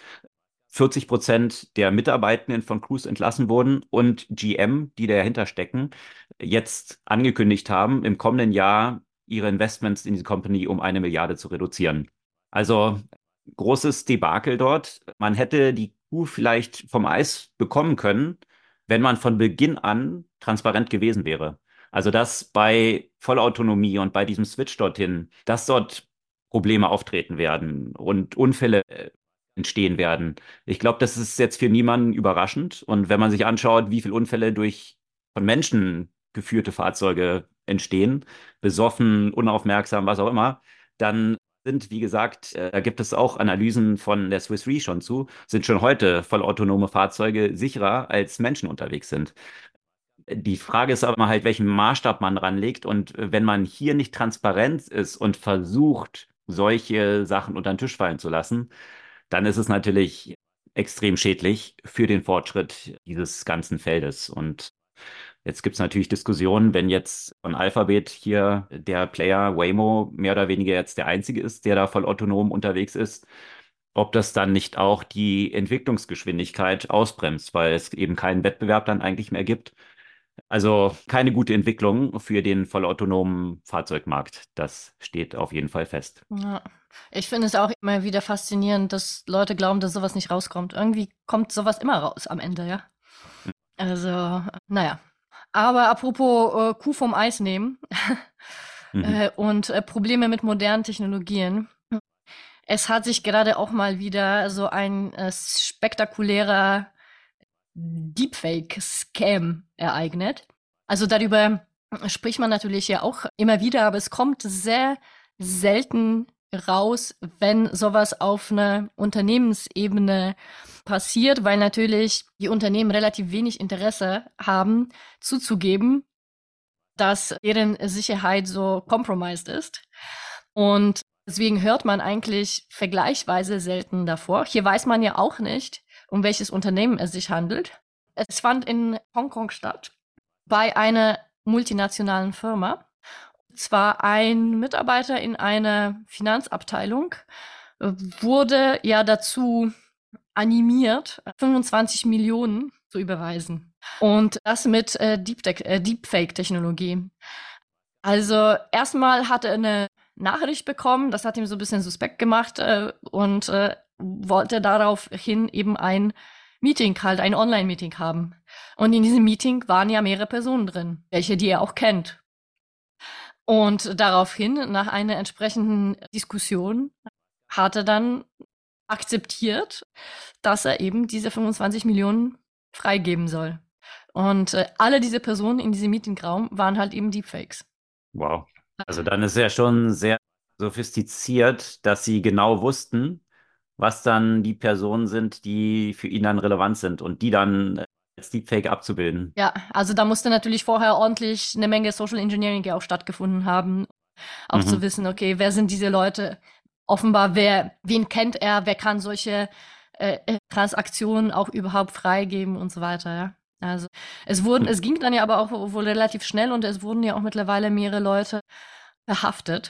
40% der Mitarbeitenden von Cruise entlassen wurden und GM, die dahinter stecken, jetzt angekündigt haben, im kommenden Jahr ihre Investments in die Company um 1 Milliarde zu reduzieren. Also großes Debakel dort. Man hätte die Kuh vielleicht vom Eis bekommen können, wenn man von Beginn an transparent gewesen wäre. Also dass bei Vollautonomie und bei diesem Switch dorthin, dass dort Probleme auftreten werden und Unfälle entstehen werden. Ich glaube, das ist jetzt für niemanden überraschend. Und wenn man sich anschaut, wie viele Unfälle durch von Menschen geführte Fahrzeuge entstehen, besoffen, unaufmerksam, was auch immer, dann sind, wie gesagt, da gibt es auch Analysen von der Swiss Re schon zu, sind schon heute vollautonome Fahrzeuge sicherer als Menschen unterwegs sind. Die Frage ist aber halt, welchen Maßstab man ranlegt. Und wenn man hier nicht transparent ist und versucht, solche Sachen unter den Tisch fallen zu lassen, dann ist es natürlich extrem schädlich für den Fortschritt dieses ganzen Feldes. Und jetzt gibt es natürlich Diskussionen, wenn jetzt von Alphabet hier der Player Waymo mehr oder weniger jetzt der einzige ist, der da voll autonom unterwegs ist, ob das dann nicht auch die Entwicklungsgeschwindigkeit ausbremst, weil es eben keinen Wettbewerb dann eigentlich mehr gibt. Also keine gute Entwicklung für den vollautonomen Fahrzeugmarkt. Das steht auf jeden Fall fest. Ja. Ich finde es auch immer wieder faszinierend, dass Leute glauben, dass sowas nicht rauskommt. Irgendwie kommt sowas immer raus am Ende, ja. Also, naja. Aber apropos Kuh vom Eis nehmen Mhm. und Probleme mit modernen Technologien. Es hat sich gerade auch mal wieder so ein spektakulärer Deepfake-Scam ereignet. Also darüber spricht man natürlich ja auch immer wieder, aber es kommt sehr selten raus, wenn sowas auf einer Unternehmensebene passiert, weil natürlich die Unternehmen relativ wenig Interesse haben, zuzugeben, dass deren Sicherheit so compromised ist. Und deswegen hört man eigentlich vergleichsweise selten davor. Hier weiß man ja auch nicht, um welches Unternehmen es sich handelt. Es fand in Hongkong statt, bei einer multinationalen Firma. Zwar ein Mitarbeiter in einer Finanzabteilung wurde ja dazu animiert, 25 Millionen zu überweisen. Und das mit Deepfake-Technologie. Also erstmal hat er eine Nachricht bekommen, das hat ihm so ein bisschen suspekt gemacht und wollte daraufhin eben ein Meeting halt, ein Online-Meeting haben. Und in diesem Meeting waren ja mehrere Personen drin, welche die er auch kennt. Und daraufhin, nach einer entsprechenden Diskussion, hat er dann akzeptiert, dass er eben diese 25 Millionen freigeben soll. Und alle diese Personen in diesem Meetingraum waren halt eben Deepfakes. Wow. Also dann ist ja schon sehr sophistiziert, dass sie genau wussten, was dann die Personen sind, die für ihn dann relevant sind und die dann als Deepfake abzubilden. Ja, also da musste natürlich vorher ordentlich eine Menge Social Engineering ja auch stattgefunden haben, auch zu Mhm. wissen, okay, wer sind diese Leute? Offenbar, wen kennt er, wer kann solche Transaktionen auch überhaupt freigeben und so weiter, ja. Also es ging dann ja aber auch wohl relativ schnell und es wurden ja auch mittlerweile mehrere Leute verhaftet.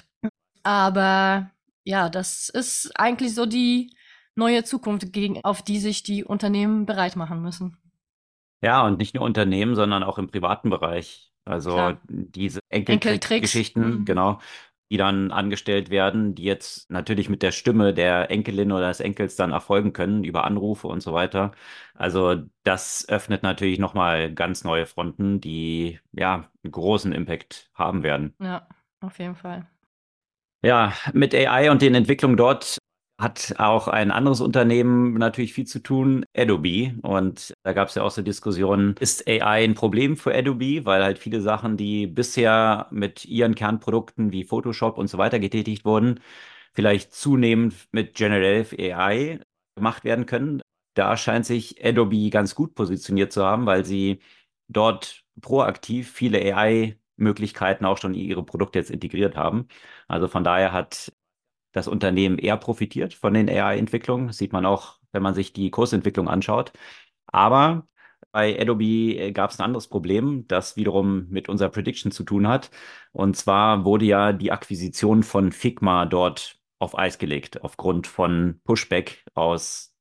Aber ja, das ist eigentlich so die neue Zukunft, auf die sich die Unternehmen bereit machen müssen. Ja, und nicht nur Unternehmen, sondern auch im privaten Bereich. Also Klar. diese Enkeltricks. Enkeltrick-Geschichten, genau, die dann angestellt werden, die jetzt natürlich mit der Stimme der Enkelin oder des Enkels dann erfolgen können, über Anrufe und so weiter. Also das öffnet natürlich nochmal ganz neue Fronten, die ja einen großen Impact haben werden. Ja, auf jeden Fall. Ja, mit AI und den Entwicklungen dort hat auch ein anderes Unternehmen natürlich viel zu tun, Adobe. Und da gab es ja auch so Diskussionen, ist AI ein Problem für Adobe, weil halt viele Sachen, die bisher mit ihren Kernprodukten wie Photoshop und so weiter getätigt wurden, vielleicht zunehmend mit Generative AI gemacht werden können. Da scheint sich Adobe ganz gut positioniert zu haben, weil sie dort proaktiv viele AI-Möglichkeiten auch schon in ihre Produkte jetzt integriert haben. Also von daher hat das Unternehmen eher profitiert von den AI-Entwicklungen. Das sieht man auch, wenn man sich die Kursentwicklung anschaut. Aber bei Adobe gab es ein anderes Problem, das wiederum mit unserer Prediction zu tun hat. Und zwar wurde ja die Akquisition von Figma dort auf Eis gelegt, aufgrund von Pushback aus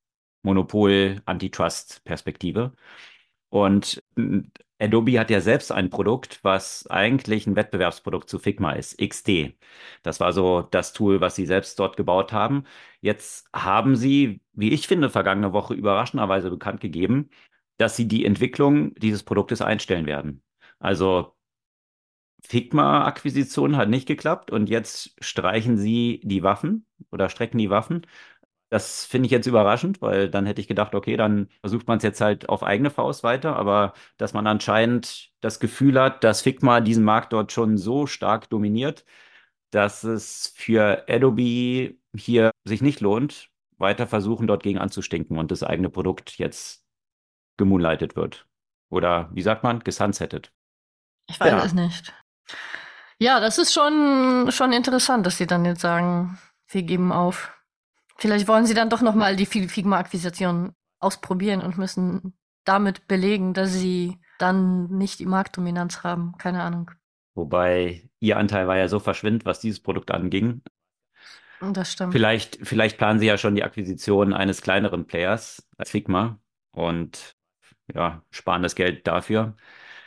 Monopol-Antitrust-Perspektive. Und Adobe hat ja selbst ein Produkt, was eigentlich ein Wettbewerbsprodukt zu Figma ist, XD. Das war so das Tool, was sie selbst dort gebaut haben. Jetzt haben sie, wie ich finde, vergangene Woche überraschenderweise bekannt gegeben, dass sie die Entwicklung dieses Produktes einstellen werden. Also Figma-Akquisition hat nicht geklappt und jetzt streichen sie die Waffen oder strecken die Waffen. Das finde ich jetzt überraschend, weil dann hätte ich gedacht, okay, dann versucht man es jetzt halt auf eigene Faust weiter, aber dass man anscheinend das Gefühl hat, dass Figma diesen Markt dort schon so stark dominiert, dass es für Adobe hier sich nicht lohnt, weiter versuchen, dort gegen anzustinken und das eigene Produkt jetzt gemoonlightet wird. Oder wie sagt man? Gesunsettet. Ich weiß es Ja, nicht. Ja, das ist schon interessant, dass sie dann jetzt sagen, wir geben auf. Vielleicht wollen sie dann doch noch mal die Figma-Akquisition ausprobieren und müssen damit belegen, dass sie dann nicht die Marktdominanz haben. Keine Ahnung. wobei ihr Anteil war ja so verschwindend, was dieses Produkt anging. Das stimmt. Vielleicht planen sie ja schon die Akquisition eines kleineren Players als Figma und ja, sparen das Geld dafür.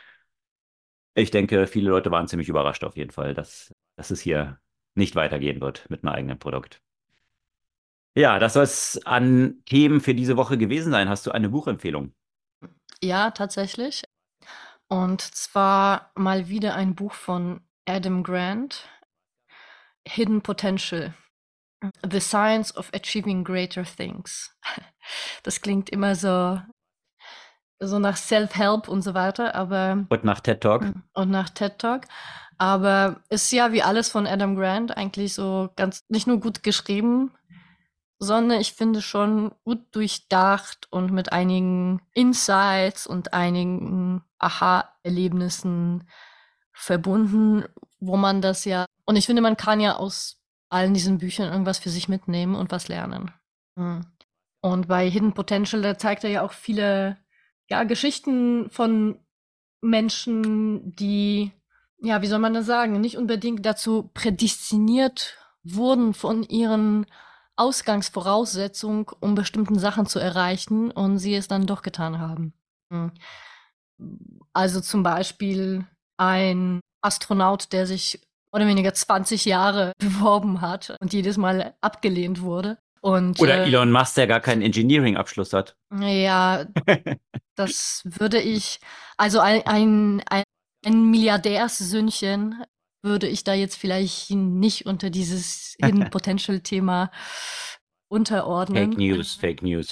Ich denke, viele Leute waren ziemlich überrascht auf jeden Fall, dass es hier nicht weitergehen wird mit einem eigenen Produkt. Ja, das soll es an Themen für diese Woche gewesen sein. Hast du eine Buchempfehlung? Ja, tatsächlich. Und zwar mal wieder ein Buch von Adam Grant, Hidden Potential. The Science of Achieving Greater Things. Das klingt immer so so nach Self-Help und so weiter, aber Und nach TED Talk. und nach TED Talk. Aber ist ja wie alles von Adam Grant eigentlich so ganz nicht nur gut geschrieben, sondern ich finde schon gut durchdacht und mit einigen Insights und einigen Aha-Erlebnissen verbunden, wo man das ja, und ich finde, man kann ja aus allen diesen Büchern irgendwas für sich mitnehmen und was lernen. Hm. Und bei Hidden Potential, da zeigt er ja auch viele, ja, Geschichten von Menschen, die, ja, wie soll man das sagen, nicht unbedingt dazu prädestiniert wurden von ihren Ausgangsvoraussetzungen, um bestimmten Sachen zu erreichen und sie es dann doch getan haben. Hm. Also zum Beispiel ein Astronaut, der sich mehr oder weniger 20 Jahre beworben hat und jedes Mal abgelehnt wurde. Und Oder Elon Musk, der gar keinen Engineering-Abschluss hat. ja, das würde ich, also ein Milliardärssündchen würde ich da jetzt vielleicht nicht unter dieses Hidden Potential Thema Fake unterordnen. News, Fake News.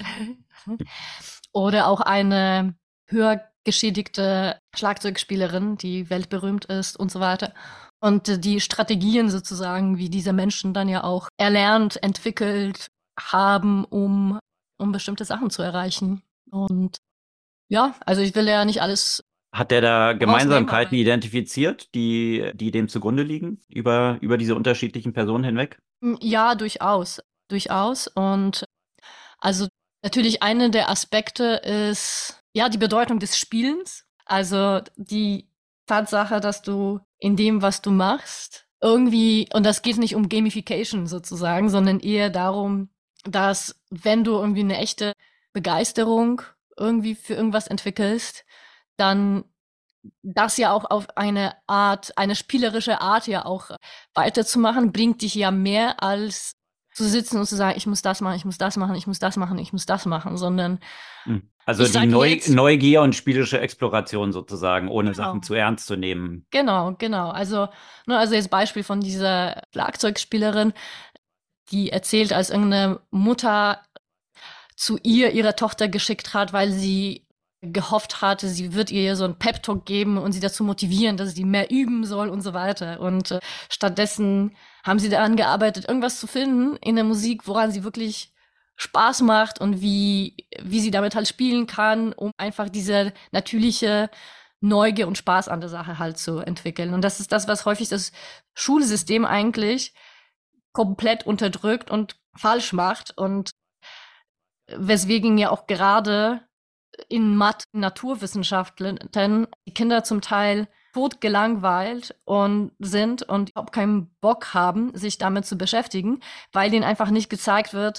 Oder auch eine höher geschädigte Schlagzeugspielerin, die weltberühmt ist und so weiter. Und die Strategien sozusagen, wie diese Menschen dann ja auch erlernt, entwickelt haben, um bestimmte Sachen zu erreichen. Und ja, also ich will ja nicht alles Hat der da rausnehmen, aber Gemeinsamkeiten identifiziert, die dem zugrunde liegen, über diese unterschiedlichen Personen hinweg? ja, durchaus. Durchaus. Und also natürlich eine der Aspekte ist ja die Bedeutung des Spielens. Also die Tatsache, dass du in dem, was du machst, irgendwie, und das geht nicht um Gamification sozusagen, sondern eher darum, dass wenn du irgendwie eine echte Begeisterung irgendwie für irgendwas entwickelst, dann das ja auch auf eine Art, eine spielerische Art ja auch weiterzumachen, bringt dich ja mehr als zu sitzen und zu sagen, ich muss das machen, ich muss das machen, ich muss das machen, ich muss das machen, sondern Hm. Also ich die sag jetzt, Neugier und spielische Exploration sozusagen, ohne Sachen genau, zu ernst zu nehmen. genau, genau. Also, ne, also jetzt Beispiel von dieser Schlagzeugspielerin, die erzählt, als irgendeine Mutter zu ihr ihre Tochter geschickt hat, weil sie gehofft hatte, sie wird ihr so einen Pep-Talk geben und sie dazu motivieren, dass sie mehr üben soll und so weiter. Und stattdessen haben sie daran gearbeitet, irgendwas zu finden in der Musik, woran sie wirklich Spaß macht und wie sie damit halt spielen kann, um einfach diese natürliche Neugier und Spaß an der Sache halt zu entwickeln. Und das ist das, was häufig das Schulsystem eigentlich komplett unterdrückt und falsch macht und weswegen ja auch gerade in Naturwissenschaften die Kinder zum Teil totgelangweilt und sind und überhaupt keinen Bock haben, sich damit zu beschäftigen, weil denen einfach nicht gezeigt wird,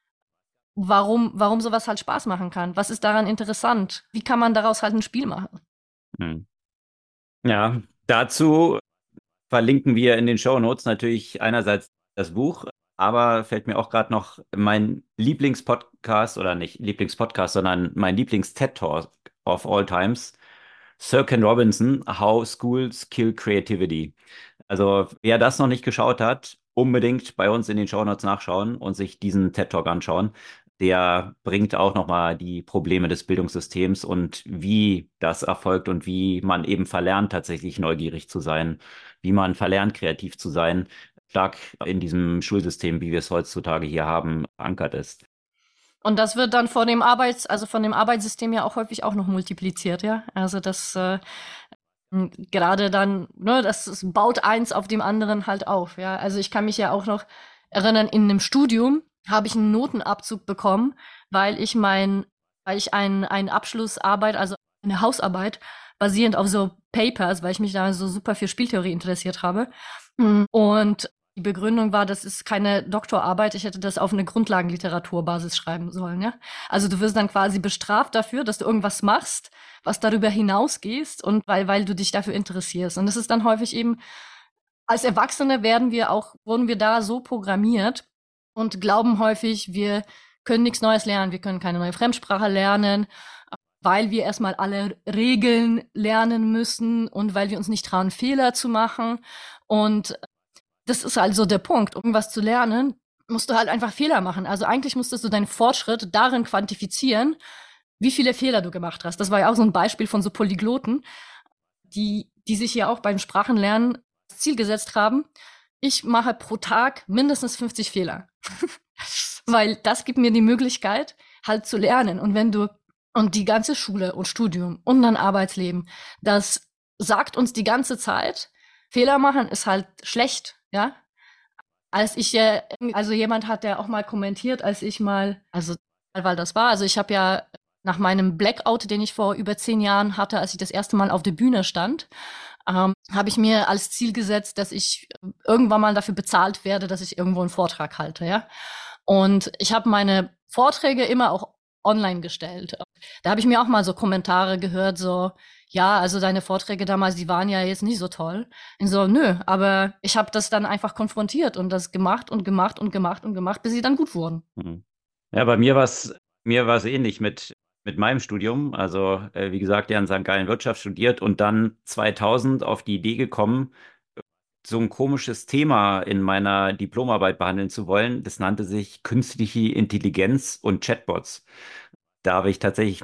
warum sowas halt Spaß machen kann. Was ist daran interessant? Wie kann man daraus halt ein Spiel machen? Hm. Ja, dazu verlinken wir in den Shownotes natürlich einerseits das Buch, aber fällt mir auch gerade noch mein Lieblingspodcast oder nicht Lieblingspodcast, sondern mein Lieblings-TED-Talk of all times, Sir Ken Robinson, How Schools Kill Creativity. Also wer das noch nicht geschaut hat, unbedingt bei uns in den Shownotes nachschauen und sich diesen TED-Talk anschauen. Der bringt auch nochmal die Probleme des Bildungssystems und wie das erfolgt und wie man eben verlernt, tatsächlich neugierig zu sein, wie man verlernt, kreativ zu sein, stark in diesem Schulsystem, wie wir es heutzutage hier haben, verankert ist. Und das wird dann also von dem Arbeitssystem ja auch häufig auch noch multipliziert, ja. Also das gerade dann, ne, das baut eins auf dem anderen halt auf, ja. Also ich kann mich ja auch noch erinnern, in einem Studium habe ich einen Notenabzug bekommen, weil ich eine Abschlussarbeit, also eine Hausarbeit, basierend auf so Papers, weil ich mich da so super für Spieltheorie interessiert habe. Und die Begründung war, das ist keine Doktorarbeit, ich hätte das auf eine Grundlagenliteraturbasis schreiben sollen, ja. Also du wirst dann quasi bestraft dafür, dass du irgendwas machst, was darüber hinausgehst und weil du dich dafür interessierst. Und das ist dann häufig eben, als Erwachsene wurden wir da so programmiert und glauben häufig, wir können nichts Neues lernen, wir können keine neue Fremdsprache lernen, weil wir erstmal alle Regeln lernen müssen und weil wir uns nicht trauen, Fehler zu machen. Und das ist also der Punkt. Um was zu lernen, musst du halt einfach Fehler machen. Also eigentlich musstest du deinen Fortschritt darin quantifizieren, wie viele Fehler du gemacht hast. Das war ja auch so ein Beispiel von so Polygloten, die sich ja auch beim Sprachenlernen das Ziel gesetzt haben, ich mache pro Tag mindestens 50 Fehler. Weil das gibt mir die Möglichkeit, halt zu lernen. Und die ganze Schule und Studium und dann Arbeitsleben, das sagt uns die ganze Zeit, Fehler machen ist halt schlecht, ja. Also jemand hat ja auch mal kommentiert, als ich mal, also weil das war, also ich habe ja nach meinem Blackout, den ich vor über 10 Jahren hatte, als ich das erste Mal auf der Bühne stand, habe ich mir als Ziel gesetzt, dass ich irgendwann mal dafür bezahlt werde, dass ich irgendwo einen Vortrag halte, ja. Und ich habe meine Vorträge immer auch online gestellt. Da habe ich mir auch mal so Kommentare gehört, so, ja, also deine Vorträge damals, die waren ja jetzt nicht so toll. Und so, nö, aber ich habe das dann einfach konfrontiert und das gemacht und gemacht und gemacht und gemacht, bis sie dann gut wurden. Mhm. Ja, bei mir war es ähnlich mit meinem Studium. Also, wie gesagt, ja in St. Gallen Wirtschaft studiert und dann 2000 auf die Idee gekommen, so ein komisches Thema in meiner Diplomarbeit behandeln zu wollen. Das nannte sich künstliche Intelligenz und Chatbots. Da habe ich tatsächlich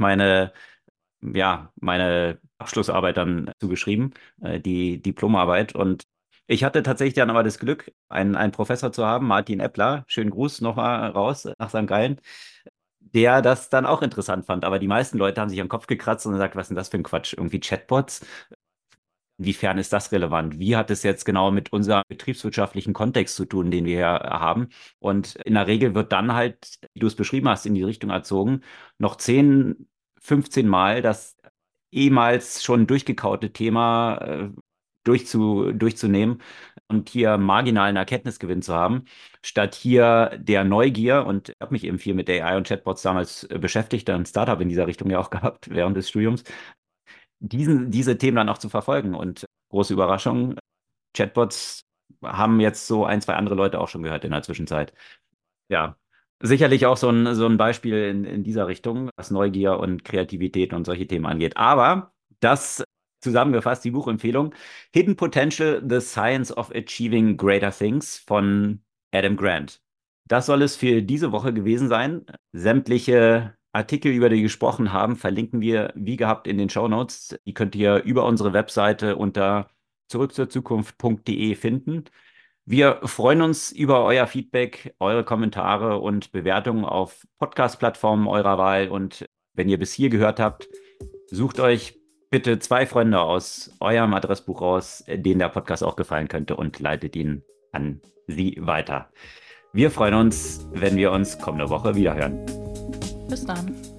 meine Abschlussarbeit dann zugeschrieben, die Diplomarbeit. Und ich hatte tatsächlich dann aber das Glück, einen Professor zu haben, Martin Eppler, schönen Gruß nochmal raus nach St. Gallen, der das dann auch interessant fand. Aber die meisten Leute haben sich am Kopf gekratzt und gesagt, was ist denn das für ein Quatsch? Irgendwie Chatbots? Inwiefern ist das relevant? Wie hat es jetzt genau mit unserem betriebswirtschaftlichen Kontext zu tun, den wir hier haben? Und in der Regel wird dann halt, wie du es beschrieben hast, in die Richtung erzogen, noch 10, 15 Mal das ehemals schon durchgekaute Thema durchzunehmen und hier marginalen Erkenntnisgewinn zu haben, statt hier der Neugier. Und ich habe mich eben viel mit AI und Chatbots damals beschäftigt, dann ein Startup in dieser Richtung ja auch gehabt während des Studiums, diese Themen dann auch zu verfolgen. Und große Überraschung, Chatbots haben jetzt so ein, zwei andere Leute auch schon gehört in der Zwischenzeit. Ja, sicherlich auch so ein Beispiel in dieser Richtung, was Neugier und Kreativität und solche Themen angeht. Aber das zusammengefasst, die Buchempfehlung Hidden Potential, The Science of Achieving Greater Things von Adam Grant. Das soll es für diese Woche gewesen sein. Sämtliche Artikel, über die wir gesprochen haben, verlinken wir wie gehabt in den Shownotes. Die könnt ihr über unsere Webseite unter zurückzurzukunft.de finden. Wir freuen uns über euer Feedback, eure Kommentare und Bewertungen auf Podcast-Plattformen eurer Wahl. Und wenn ihr bis hier gehört habt, sucht euch bitte 2 Freunde aus eurem Adressbuch raus, denen der Podcast auch gefallen könnte und leitet ihn an sie weiter. Wir freuen uns, wenn wir uns kommende Woche wiederhören. Bis dann.